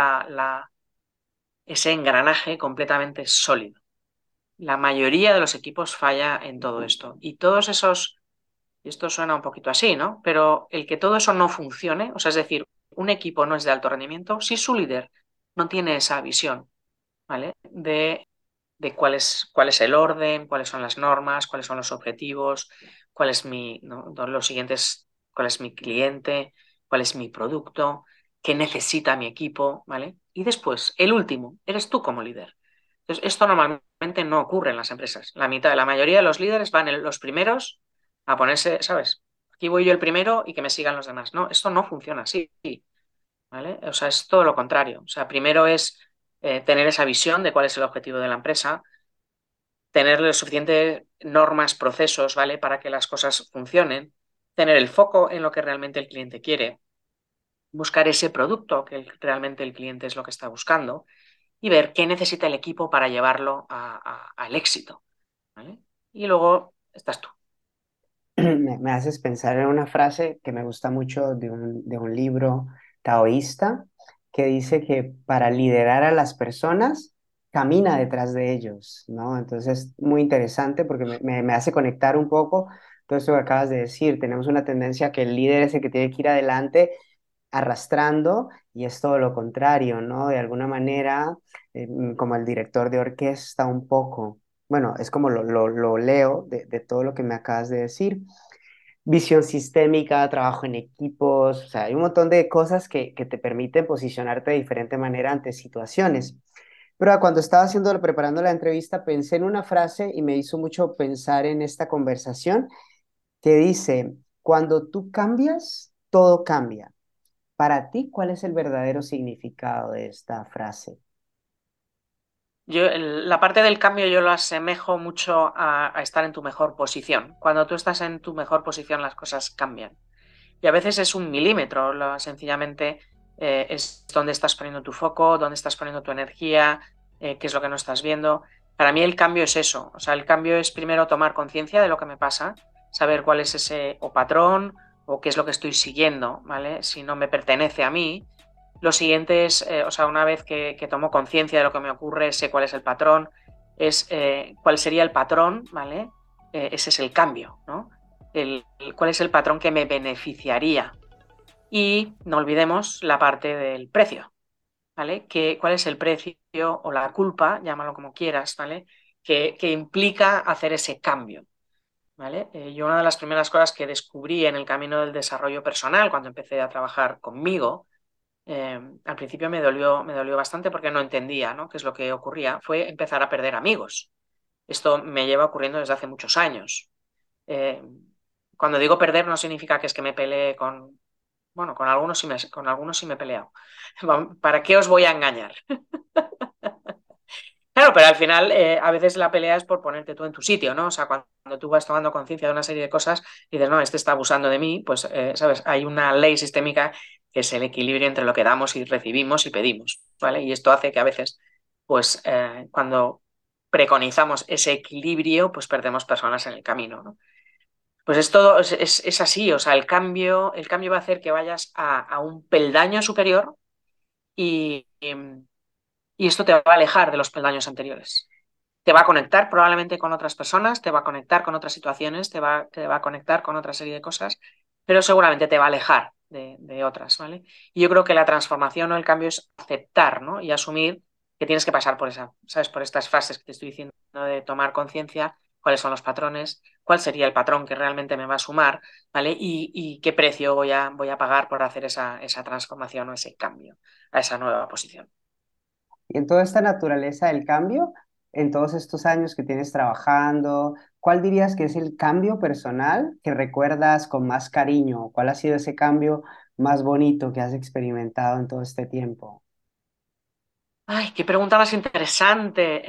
ese engranaje completamente sólido. La mayoría de los equipos falla en todo esto. Y todos esos, y esto suena un poquito así, ¿no? Pero el que todo eso no funcione, o sea, es decir, un equipo no es de alto rendimiento si su líder no tiene esa visión, ¿vale? De cuál es el orden, cuáles son las normas, cuáles son los objetivos, ¿no? Los siguientes, cuál es mi cliente, cuál es mi producto, qué necesita mi equipo, ¿vale? Y después, el último, eres tú como líder. Entonces, esto normalmente no ocurre en las empresas. La mayoría de los líderes van los primeros a ponerse, ¿sabes? Aquí voy yo el primero y que me sigan los demás. No, esto no funciona así, ¿vale? O sea, es todo lo contrario. O sea, primero es tener esa visión de cuál es el objetivo de la empresa, tener los suficientes normas, procesos, ¿vale? Para que las cosas funcionen, tener el foco en lo que realmente el cliente quiere, buscar ese producto que realmente el cliente es lo que está buscando y ver qué necesita el equipo para llevarlo al éxito, ¿vale? Y luego estás tú. Me haces pensar en una frase que me gusta mucho de un libro taoísta que dice que para liderar a las personas, camina detrás de ellos, ¿no? Entonces, muy interesante porque me hace conectar un poco todo esto que acabas de decir. Tenemos una tendencia que el líder es el que tiene que ir adelante arrastrando y es todo lo contrario, ¿no? De alguna manera, como el director de orquesta un poco. Bueno, es como lo leo de todo lo que me acabas de decir. Visión sistémica, trabajo en equipos, o sea, hay un montón de cosas que te permiten posicionarte de diferente manera ante situaciones. Pero cuando estaba preparando la entrevista, pensé en una frase y me hizo mucho pensar en esta conversación que dice, cuando tú cambias, todo cambia. Para ti, ¿cuál es el verdadero significado de esta frase? La parte del cambio yo lo asemejo mucho a estar en tu mejor posición. Cuando tú estás en tu mejor posición, las cosas cambian. Y a veces es un milímetro, sencillamente es dónde estás poniendo tu foco, dónde estás poniendo tu energía, qué es lo que no estás viendo. Para mí el cambio es eso, o sea, el cambio es primero tomar conciencia de lo que me pasa, saber cuál es ese o patrón o qué es lo que estoy siguiendo, ¿vale? Si no me pertenece a mí. Lo siguiente es, o sea, una vez que tomo conciencia de lo que me ocurre, sé cuál es el patrón, es cuál sería el patrón, ¿vale? Ese es el cambio, ¿no? Cuál es el patrón que me beneficiaría. Y no olvidemos la parte del precio, ¿vale? ¿Cuál es el precio o la culpa, llámalo como quieras, ¿vale? Que implica hacer ese cambio, ¿vale? Yo una de las primeras cosas que descubrí en el camino del desarrollo personal, cuando empecé a trabajar conmigo, al principio me dolió bastante porque no entendía, ¿no? qué es lo que ocurría, fue empezar a perder amigos. Esto me lleva ocurriendo desde hace muchos años. Eh, Cuando digo perder no significa que es que me peleé con, bueno, con algunos sí me he peleado. ¿Para qué os voy a engañar? Claro, pero al final a veces la pelea es por ponerte tú en tu sitio, ¿no? O sea, cuando tú vas tomando conciencia de una serie de cosas y dices, no, este está abusando de mí, pues, ¿sabes? Hay una ley sistémica que es el equilibrio entre lo que damos y recibimos y pedimos, ¿vale? Y esto hace que a veces, pues, cuando preconizamos ese equilibrio, pues perdemos personas en el camino, ¿no? Pues es todo, es así, o sea, el cambio va a hacer que vayas a un peldaño superior y esto te va a alejar de los peldaños anteriores. Te va a conectar probablemente con otras personas, te va a conectar con otras situaciones, te va a conectar con otra serie de cosas, pero seguramente te va a alejar de otras, ¿vale? Y yo creo que la transformación o el cambio es aceptar, ¿no? Y asumir que tienes que pasar por esa, ¿sabes? Por estas fases que te estoy diciendo de tomar conciencia, cuáles son los patrones, cuál sería el patrón que realmente me va a sumar, ¿vale? Y qué precio voy a pagar por hacer esa transformación o ese cambio a esa nueva posición. Y en toda esta naturaleza del cambio, en todos estos años que tienes trabajando, ¿cuál dirías que es el cambio personal que recuerdas con más cariño? ¿Cuál ha sido ese cambio más bonito que has experimentado en todo este tiempo? Ay, qué pregunta más interesante.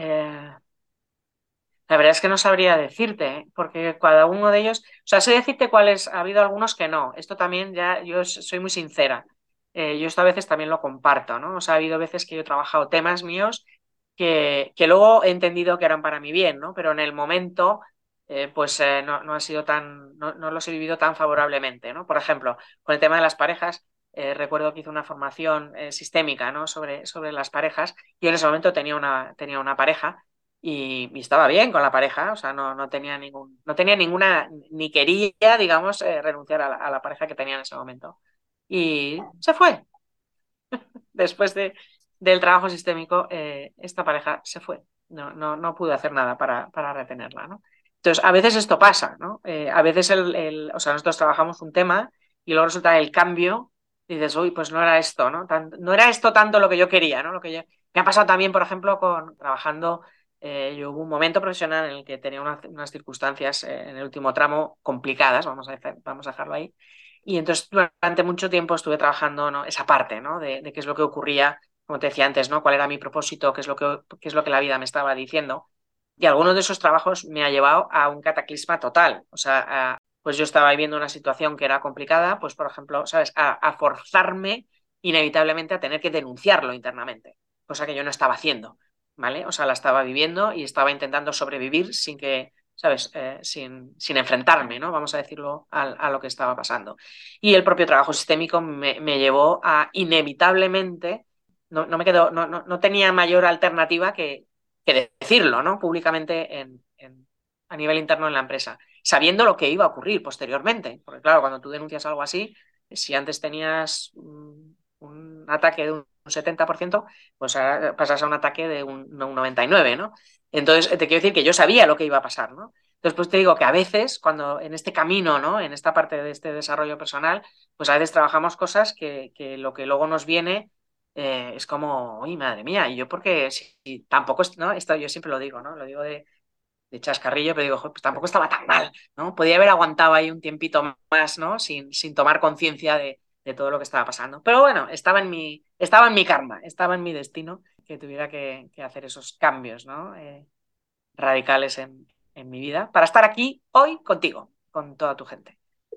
La verdad es que no sabría decirte, ¿eh? Porque cada uno de ellos, o sea, sé decirte cuáles, ha habido algunos que no. Esto también ya, yo soy muy sincera. Yo esto a veces también lo comparto, ¿no? O sea, ha habido veces que yo he trabajado temas míos que luego he entendido que eran para mi bien, ¿no? Pero en el momento, pues no ha sido tan, no los he vivido tan favorablemente, ¿no? Por ejemplo, con el tema de las parejas, recuerdo que hice una formación sistémica, ¿no? Sobre las parejas. Yo en ese momento tenía una pareja y estaba bien con la pareja, o sea, no tenía ninguna, ni quería, digamos, renunciar a la pareja que tenía en ese momento. Y se fue. Después del trabajo sistémico, esta pareja se fue. No pude hacer nada para retenerla, ¿no? Entonces, a veces esto pasa, ¿no? A veces o sea, nosotros trabajamos un tema y luego resulta el cambio y dices, uy, pues no era esto, ¿no? No era esto tanto lo que yo quería, ¿no? Me ha pasado también, por ejemplo, con trabajando, yo hubo un momento profesional en el que tenía unas circunstancias en el último tramo complicadas, vamos a dejarlo ahí, y entonces durante mucho tiempo estuve trabajando, ¿no? esa parte, ¿no? De qué es lo que ocurría, como te decía antes, ¿no? Cuál era mi propósito, qué es lo que la vida me estaba diciendo. Y algunos de esos trabajos me ha llevado a un cataclisma total. O sea, pues yo estaba viviendo una situación que era complicada, pues por ejemplo, ¿sabes? A forzarme inevitablemente a tener que denunciarlo internamente, cosa que yo no estaba haciendo, ¿vale? O sea, la estaba viviendo y estaba intentando sobrevivir sin que, ¿sabes? Sin enfrentarme, ¿no? Vamos a decirlo a lo que estaba pasando. Y el propio trabajo sistémico me llevó a inevitablemente, no me quedó, no tenía mayor alternativa que decirlo, ¿no? Públicamente a nivel interno en la empresa. sabiendo lo que iba a ocurrir posteriormente. Porque claro, cuando tú denuncias algo así, si antes tenías un ataque de un 70%, pues ahora pasas a un ataque de un 99%, ¿no? Entonces, te quiero decir que yo sabía lo que iba a pasar, ¿no? Entonces, pues te digo que a veces, cuando en este camino, ¿no? En esta parte de este desarrollo personal, pues a veces trabajamos cosas que lo que luego nos viene es como, uy, madre mía, y yo porque si tampoco, ¿no? Esto yo siempre lo digo, ¿no? Lo digo de chascarrillo, pero digo, "Joder, pues tampoco estaba tan mal, ¿no? Podía haber aguantado ahí un tiempito más, ¿no? Sin tomar conciencia de todo lo que estaba pasando. Pero bueno, estaba en mi karma, estaba en mi destino que tuviera que hacer esos cambios, ¿no? Radicales en mi vida para estar aquí hoy contigo, con toda tu gente.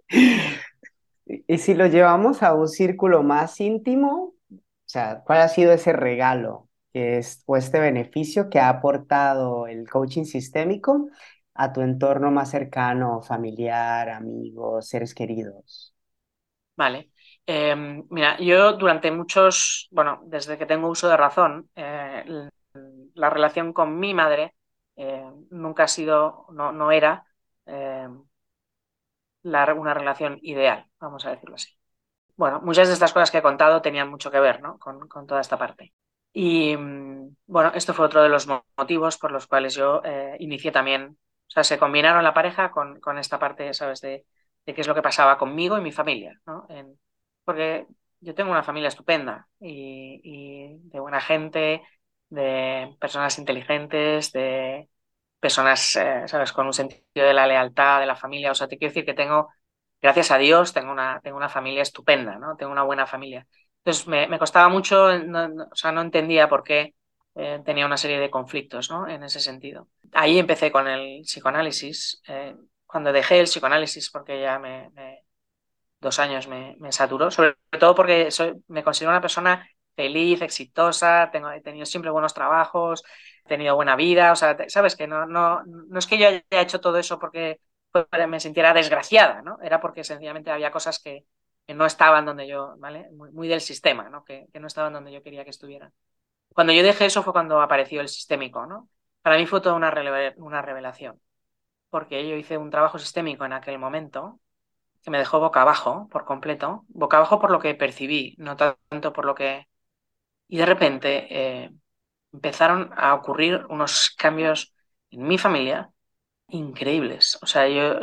Y si lo llevamos a un círculo más íntimo, o sea, ¿cuál ha sido ese regalo o este beneficio que ha aportado el coaching sistémico a tu entorno más cercano, familiar, amigos, seres queridos? Vale. Mira, yo durante bueno, desde que tengo uso de razón, la relación con mi madre nunca ha sido, no era eh, una relación ideal, vamos a decirlo así. Bueno, muchas de estas cosas que he contado tenían mucho que ver, ¿no? con toda esta parte. Y bueno, esto fue otro de los motivos por los cuales yo inicié también, o sea, se combinaron la pareja con esta parte, ¿sabes? De qué es lo que pasaba conmigo y mi familia, ¿no? Porque yo tengo una familia estupenda y de buena gente, de personas inteligentes, de personas, ¿sabes? Con un sentido de la lealtad, de la familia. O sea, te quiero decir que gracias a Dios, tengo una familia estupenda, ¿no? Tengo una buena familia. Entonces me costaba mucho, o sea, no entendía por qué tenía una serie de conflictos, ¿no? En ese sentido. Ahí empecé con el psicoanálisis. Cuando dejé el psicoanálisis, porque ya 2 años me saturó, sobre todo porque me considero una persona feliz, exitosa, he tenido siempre buenos trabajos, he tenido buena vida, o sea, sabes que no es que yo haya hecho todo eso porque me sintiera desgraciada, ¿no? Era porque sencillamente había cosas que no estaban donde yo, ¿vale? Muy del sistema, ¿no? Que no estaban donde yo quería que estuvieran. Cuando yo dejé eso fue cuando apareció el sistémico, ¿no? Para mí fue toda una revelación, porque yo hice un trabajo sistémico en aquel momento que me dejó boca abajo por completo, boca abajo por lo que percibí, no tanto por lo que... Y de repente empezaron a ocurrir unos cambios en mi familia increíbles. O sea, yo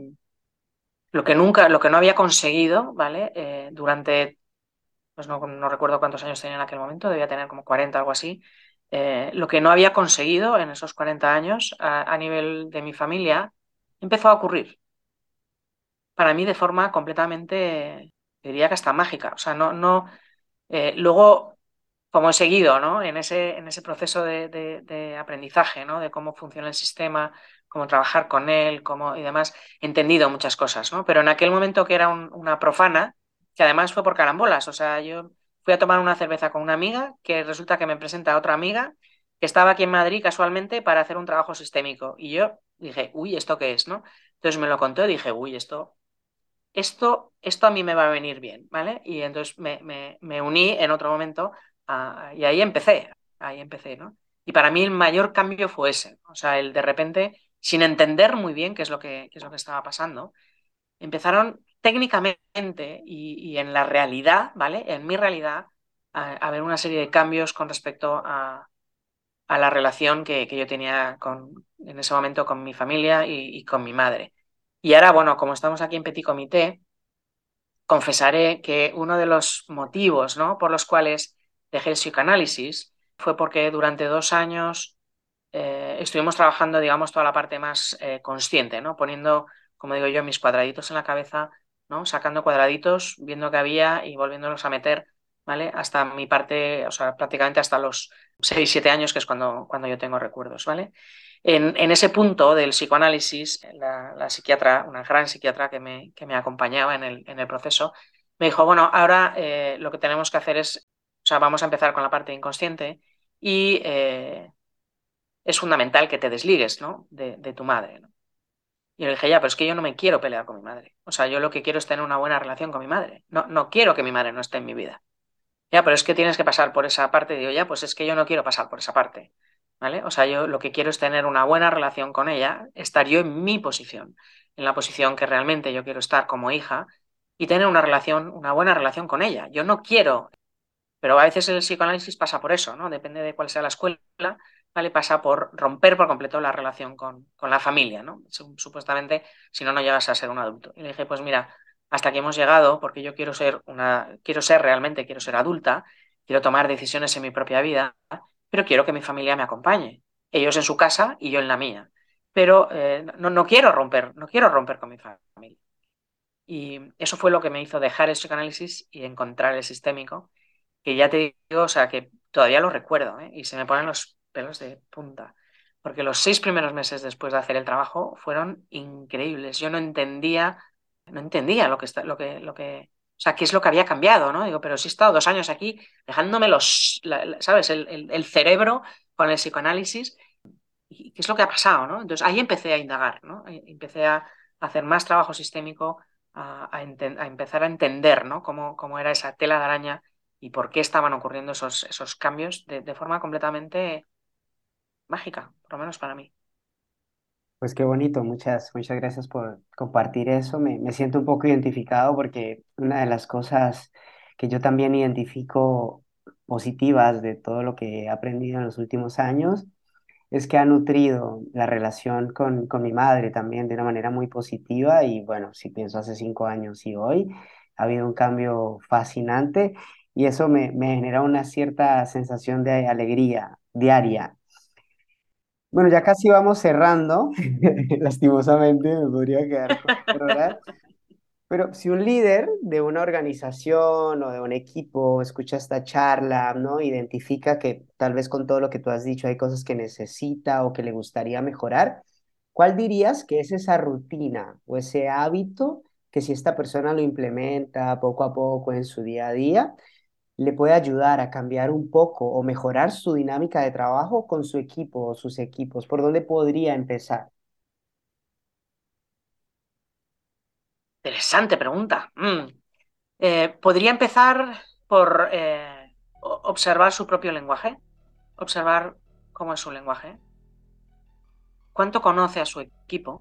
lo que no había conseguido, ¿vale? Durante, pues no recuerdo cuántos años tenía en aquel momento, debía tener como 40, algo así. Lo que no había conseguido en esos 40 años a nivel de mi familia empezó a ocurrir para mí de forma completamente, diría que hasta mágica. O sea, luego, como he seguido, ¿no? En ese proceso de aprendizaje, ¿no? De cómo funciona el sistema, cómo trabajar con él, y demás, he entendido muchas cosas, ¿no? Pero en aquel momento que era una profana, que además fue por carambolas, o sea, yo fui a tomar una cerveza con una amiga, que resulta que me presenta a otra amiga, que estaba aquí en Madrid casualmente para hacer un trabajo sistémico. Y yo dije, uy, ¿esto qué es, no? Entonces me lo contó y dije, uy, esto a mí me va a venir bien, ¿vale? Y entonces me uní en otro momento y ahí empecé, ¿no? Y para mí el mayor cambio fue ese, ¿no? O sea, el de repente, sin entender muy bien qué es lo que estaba pasando, empezaron técnicamente y en la realidad, ¿vale? En mi realidad, a haber una serie de cambios con respecto a la relación que yo tenía en ese momento con mi familia y con mi madre. Y ahora, bueno, como estamos aquí en Petit Comité, confesaré que uno de los motivos, ¿no? por los cuales dejé el psicoanálisis fue porque durante 2 años estuvimos trabajando, digamos, toda la parte más consciente, ¿no? Poniendo, como digo yo, mis cuadraditos en la cabeza, ¿no? Sacando cuadraditos, viendo qué había y volviéndolos a meter, ¿vale? Hasta mi parte, o sea, prácticamente hasta los 6 7 años, que es cuando yo tengo recuerdos, ¿vale? En ese punto del psicoanálisis, la psiquiatra, una gran psiquiatra que me acompañaba en el proceso, me dijo, bueno, ahora lo que tenemos que hacer es, o sea, vamos a empezar con la parte inconsciente y es fundamental que te desligues, ¿no? de tu madre, ¿no? Y yo le dije, ya, pero es que yo no me quiero pelear con mi madre. O sea, yo lo que quiero es tener una buena relación con mi madre. No quiero que mi madre no esté en mi vida. Ya, pero es que tienes que pasar por esa parte. Digo, ya, pues es que yo no quiero pasar por esa parte. ¿Vale? O sea, yo lo que quiero es tener una buena relación con ella, estar yo en mi posición. en la posición que realmente yo quiero estar como hija y tener una relación, una buena relación con ella. Yo no quiero, pero a veces el psicoanálisis pasa por eso, ¿no? Depende de cuál sea la escuela, ¿vale? Pasa por romper por completo la relación con la familia, ¿no? Supuestamente, si no, no llegas a ser un adulto. Y le dije, pues mira, hasta aquí hemos llegado porque yo quiero ser realmente, quiero ser adulta, quiero tomar decisiones en mi propia vida, pero quiero que mi familia me acompañe. Ellos en su casa y yo en la mía. Pero no quiero romper, no quiero romper con mi familia. Y eso fue lo que me hizo dejar el psicoanálisis y encontrar el sistémico, que ya te digo, o sea, que todavía lo recuerdo, ¿eh? Y se me ponen los pelos de punta, porque los 6 primeros meses después de hacer el trabajo fueron increíbles. Yo no entendía o sea, qué es lo que había cambiado, ¿no? Digo, pero si he estado 2 años aquí dejándome ¿sabes? El cerebro con el psicoanálisis, ¿y qué es lo que ha pasado, ¿no? Entonces ahí empecé a indagar, ¿no? Empecé a hacer más trabajo sistémico, a empezar a entender, ¿no? Cómo era esa tela de araña y por qué estaban ocurriendo esos cambios de forma completamente mágica, por lo menos para mí. Pues qué bonito, muchas gracias por compartir eso. Me siento un poco identificado porque una de las cosas que yo también identifico positivas de todo lo que he aprendido en los últimos años es que ha nutrido la relación con mi madre también de una manera muy positiva y bueno, si pienso hace 5 años y hoy, ha habido un cambio fascinante y eso me genera una cierta sensación de alegría diaria. Bueno, ya casi vamos cerrando, lastimosamente me podría quedar por hora, pero si un líder de una organización o de un equipo escucha esta charla, ¿no? Identifica que tal vez con todo lo que tú has dicho hay cosas que necesita o que le gustaría mejorar, ¿cuál dirías que es esa rutina o ese hábito que si esta persona lo implementa poco a poco en su día a día, le puede ayudar a cambiar un poco o mejorar su dinámica de trabajo con su equipo o sus equipos? ¿Por dónde podría empezar? Interesante pregunta. Podría empezar por observar su propio lenguaje, observar cómo es su lenguaje, cuánto conoce a su equipo,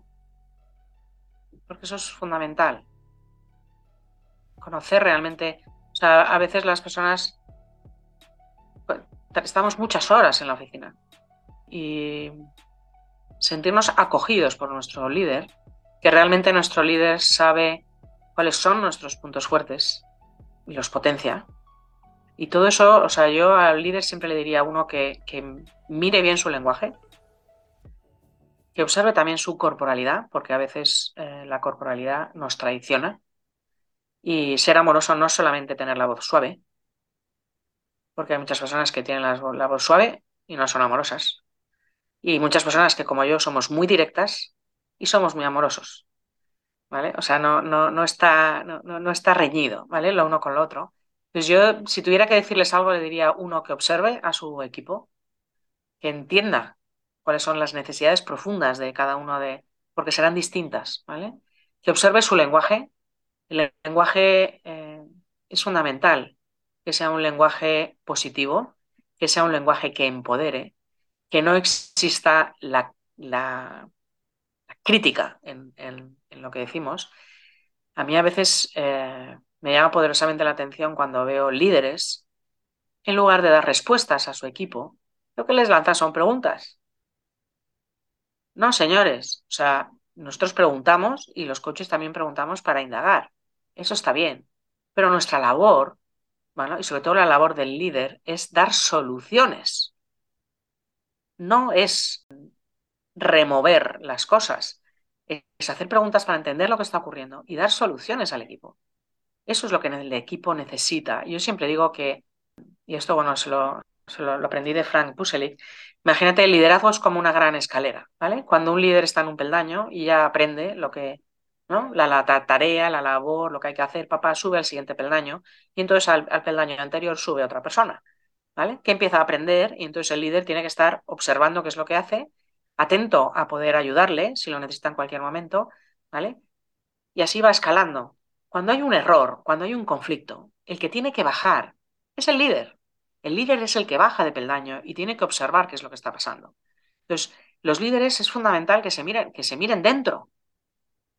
porque eso es fundamental. Conocer realmente, o sea, a veces las personas pues, estamos muchas horas en la oficina y sentirnos acogidos por nuestro líder, que realmente nuestro líder sabe cuáles son nuestros puntos fuertes y los potencia. Y todo eso, o sea, yo al líder siempre le diría a uno que mire bien su lenguaje, que observe también su corporalidad, porque a veces la corporalidad nos traiciona. Y ser amoroso no es solamente tener la voz suave, porque hay muchas personas que tienen la voz suave y no son amorosas. Y muchas personas que, como yo, somos muy directas y somos muy amorosos, ¿vale? O sea, no está reñido, ¿vale? Lo uno con lo otro. Pues yo, si tuviera que decirles algo, le diría uno que observe a su equipo, que entienda cuáles son las necesidades profundas de cada uno porque serán distintas, ¿vale? Que observe su lenguaje. El lenguaje es fundamental, que sea un lenguaje positivo, que sea un lenguaje que empodere, que no exista la crítica en lo que decimos. A mí a veces me llama poderosamente la atención cuando veo líderes, en lugar de dar respuestas a su equipo, lo que les lanzan son preguntas. No, señores, o sea, nosotros preguntamos y los coaches también preguntamos para indagar. Eso está bien. Pero nuestra labor, bueno, y sobre todo la labor del líder, es dar soluciones. No es remover las cosas, es hacer preguntas para entender lo que está ocurriendo y dar soluciones al equipo. Eso es lo que el equipo necesita. Yo siempre digo que, y esto, bueno, lo aprendí de Frank Puselic, imagínate, el liderazgo es como una gran escalera, ¿vale? Cuando un líder está en un peldaño y ya aprende lo que, ¿no? La tarea, la labor, lo que hay que hacer, papá, sube al siguiente peldaño y entonces al peldaño anterior sube otra persona, ¿vale? Que empieza a aprender y entonces el líder tiene que estar observando qué es lo que hace, atento a poder ayudarle si lo necesita en cualquier momento, ¿vale? Y así va escalando. Cuando hay un error, cuando hay un conflicto, el que tiene que bajar es el líder. El líder es el que baja de peldaño y tiene que observar qué es lo que está pasando. Entonces, los líderes es fundamental que se miren dentro.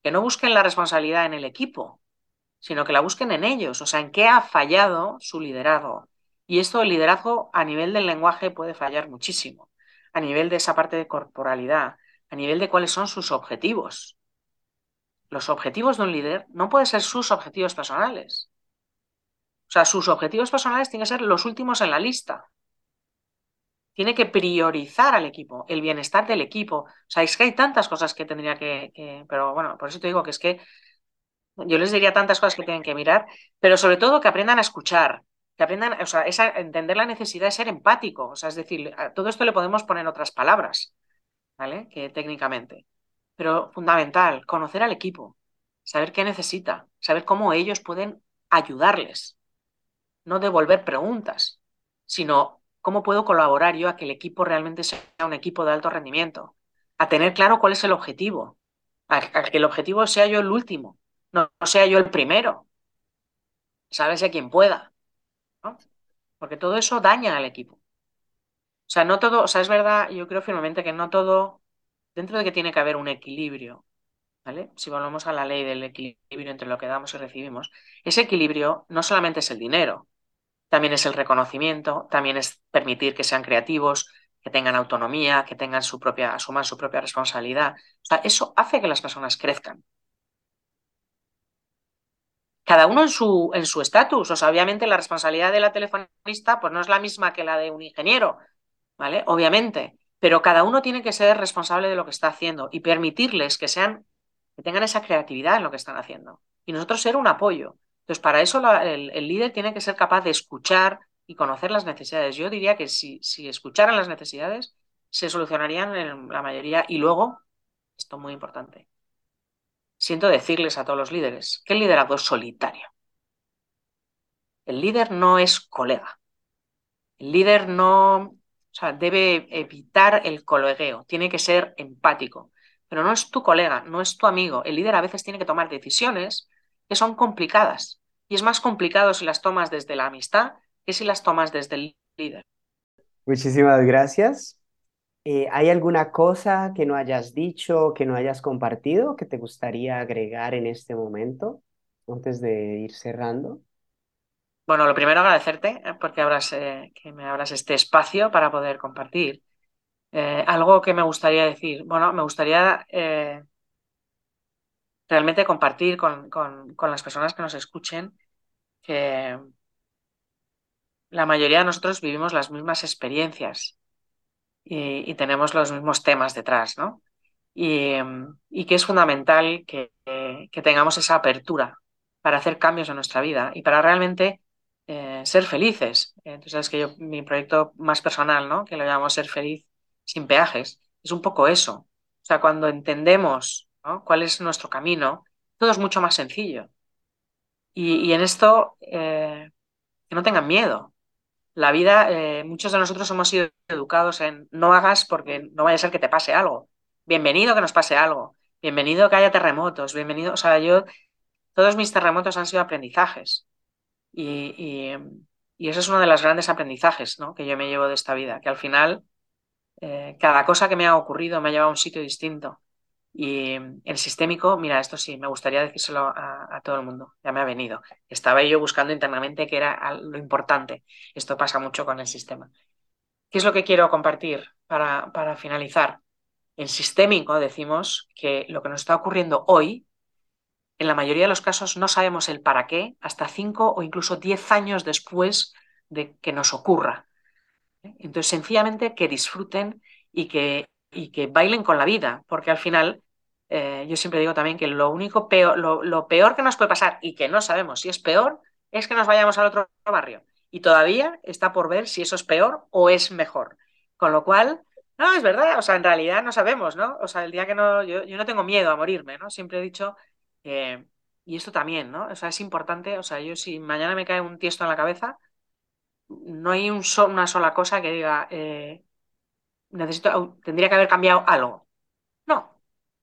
que no busquen la responsabilidad en el equipo, sino que la busquen en ellos, o sea, en qué ha fallado su liderazgo. Y esto, el liderazgo a nivel del lenguaje puede fallar muchísimo, a nivel de esa parte de corporalidad, a nivel de cuáles son sus objetivos. Los objetivos de un líder no pueden ser sus objetivos personales. O sea, sus objetivos personales tienen que ser los últimos en la lista. Tiene que priorizar al equipo, el bienestar del equipo. O sea, es que hay tantas cosas que tendría pero bueno, por eso te digo que es que yo les diría tantas cosas que tienen que mirar, pero sobre todo que aprendan a escuchar, que aprendan, o sea, es entender la necesidad de ser empático. O sea, es decir, a todo esto le podemos poner otras palabras, ¿vale? Que técnicamente. Pero fundamental, conocer al equipo, saber qué necesita, saber cómo ellos pueden ayudarles, no devolver preguntas, sino cómo puedo colaborar yo a que el equipo realmente sea un equipo de alto rendimiento, a tener claro cuál es el objetivo, a que el objetivo sea yo el último, no sea yo el primero, sabes a quien pueda, ¿no? Porque todo eso daña al equipo. O sea, no todo, o sea, es verdad, yo creo firmemente que no todo, dentro de que tiene que haber un equilibrio, ¿vale? Si volvemos a la ley del equilibrio entre lo que damos y recibimos, ese equilibrio no solamente es el dinero, también es el reconocimiento, también es permitir que sean creativos, que tengan autonomía, que tengan asuman su propia responsabilidad. O sea, eso hace que las personas crezcan. Cada uno en su estatus. O sea, obviamente la responsabilidad de la telefonista pues no es la misma que la de un ingeniero, ¿vale? Obviamente. Pero cada uno tiene que ser responsable de lo que está haciendo y permitirles que tengan esa creatividad en lo que están haciendo. Y nosotros ser un apoyo. Entonces, para eso el líder tiene que ser capaz de escuchar y conocer las necesidades. Yo diría que si escucharan las necesidades, se solucionarían en la mayoría. Y luego, esto es muy importante, siento decirles a todos los líderes que el liderazgo es solitario. El líder no es colega. El líder no, o sea, debe evitar el colegueo, tiene que ser empático, pero no es tu colega, no es tu amigo. El líder a veces tiene que tomar decisiones que son complicadas y es más complicado si las tomas desde la amistad que si las tomas desde el líder. Muchísimas gracias. ¿Hay alguna cosa que no hayas dicho, que no hayas compartido, que te gustaría agregar en este momento, antes de ir cerrando? Bueno, lo primero agradecerte porque que me abras este espacio para poder compartir. Algo que me gustaría decir, bueno, me gustaría realmente compartir con las personas que nos escuchen que la mayoría de nosotros vivimos las mismas experiencias y tenemos los mismos temas detrás, ¿no? Y que es fundamental que tengamos esa apertura para hacer cambios en nuestra vida y para realmente ser felices. Entonces, sabes que yo, mi proyecto más personal, ¿no? Que lo llamamos Ser feliz sin peajes, es un poco eso. O sea, cuando entendemos, ¿no? cuál es nuestro camino, todo es mucho más sencillo. Y en esto, que no tengan miedo. La vida, muchos de nosotros hemos sido educados en no hagas porque no vaya a ser que te pase algo. Bienvenido que nos pase algo. Bienvenido que haya terremotos. Bienvenido, o sea, todos mis terremotos han sido aprendizajes. Y, y, y eso es uno de los grandes aprendizajes, ¿no? que yo me llevo de esta vida, que al final cada cosa que me ha ocurrido me ha llevado a un sitio distinto. Y el sistémico, mira, esto sí, me gustaría decírselo a todo el mundo, ya me ha venido. Estaba yo buscando internamente qué era lo importante. Esto pasa mucho con el sistema. ¿Qué es lo que quiero compartir para finalizar? En sistémico decimos que lo que nos está ocurriendo hoy, en la mayoría de los casos no sabemos el para qué hasta 5 o incluso 10 años después de que nos ocurra. Entonces, sencillamente que disfruten y que bailen con la vida, porque al final, yo siempre digo también que lo único peor, lo peor que nos puede pasar y que no sabemos si es peor, es que nos vayamos al otro barrio. Y todavía está por ver si eso es peor o es mejor. Con lo cual, no, es verdad, o sea, en realidad no sabemos, ¿no? O sea, el día que no, yo no tengo miedo a morirme, ¿no? Siempre he dicho que, y esto también, ¿no? O sea, es importante, o sea, yo si mañana me cae un tiesto en la cabeza, no hay una sola cosa que diga, tendría que haber cambiado algo. No,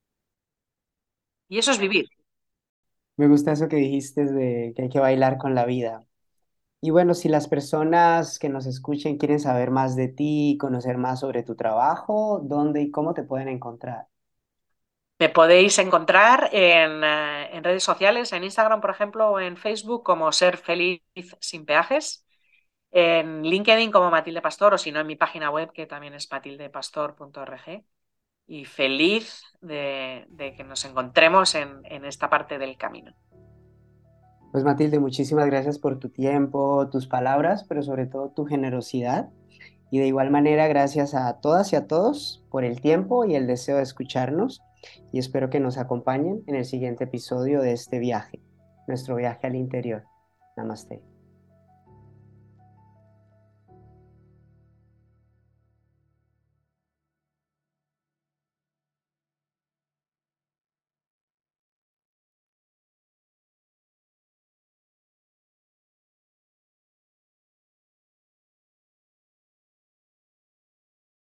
y eso es vivir. Me gusta eso que dijiste de que hay que bailar con la vida. Y bueno, si las personas que nos escuchen quieren saber más de ti, conocer más sobre tu trabajo, ¿dónde y cómo te pueden encontrar? Me podéis encontrar en redes sociales, en Instagram, por ejemplo, o en Facebook como Ser Feliz Sin Peajes, en LinkedIn como Matilde Pastor, o si no, en mi página web, que también es matildepastor.org. Y feliz de que nos encontremos en esta parte del camino. Pues Matilde, muchísimas gracias por tu tiempo, tus palabras, pero sobre todo tu generosidad. Y de igual manera, gracias a todas y a todos por el tiempo y el deseo de escucharnos. Y espero que nos acompañen en el siguiente episodio de este viaje, nuestro viaje al interior. Namaste.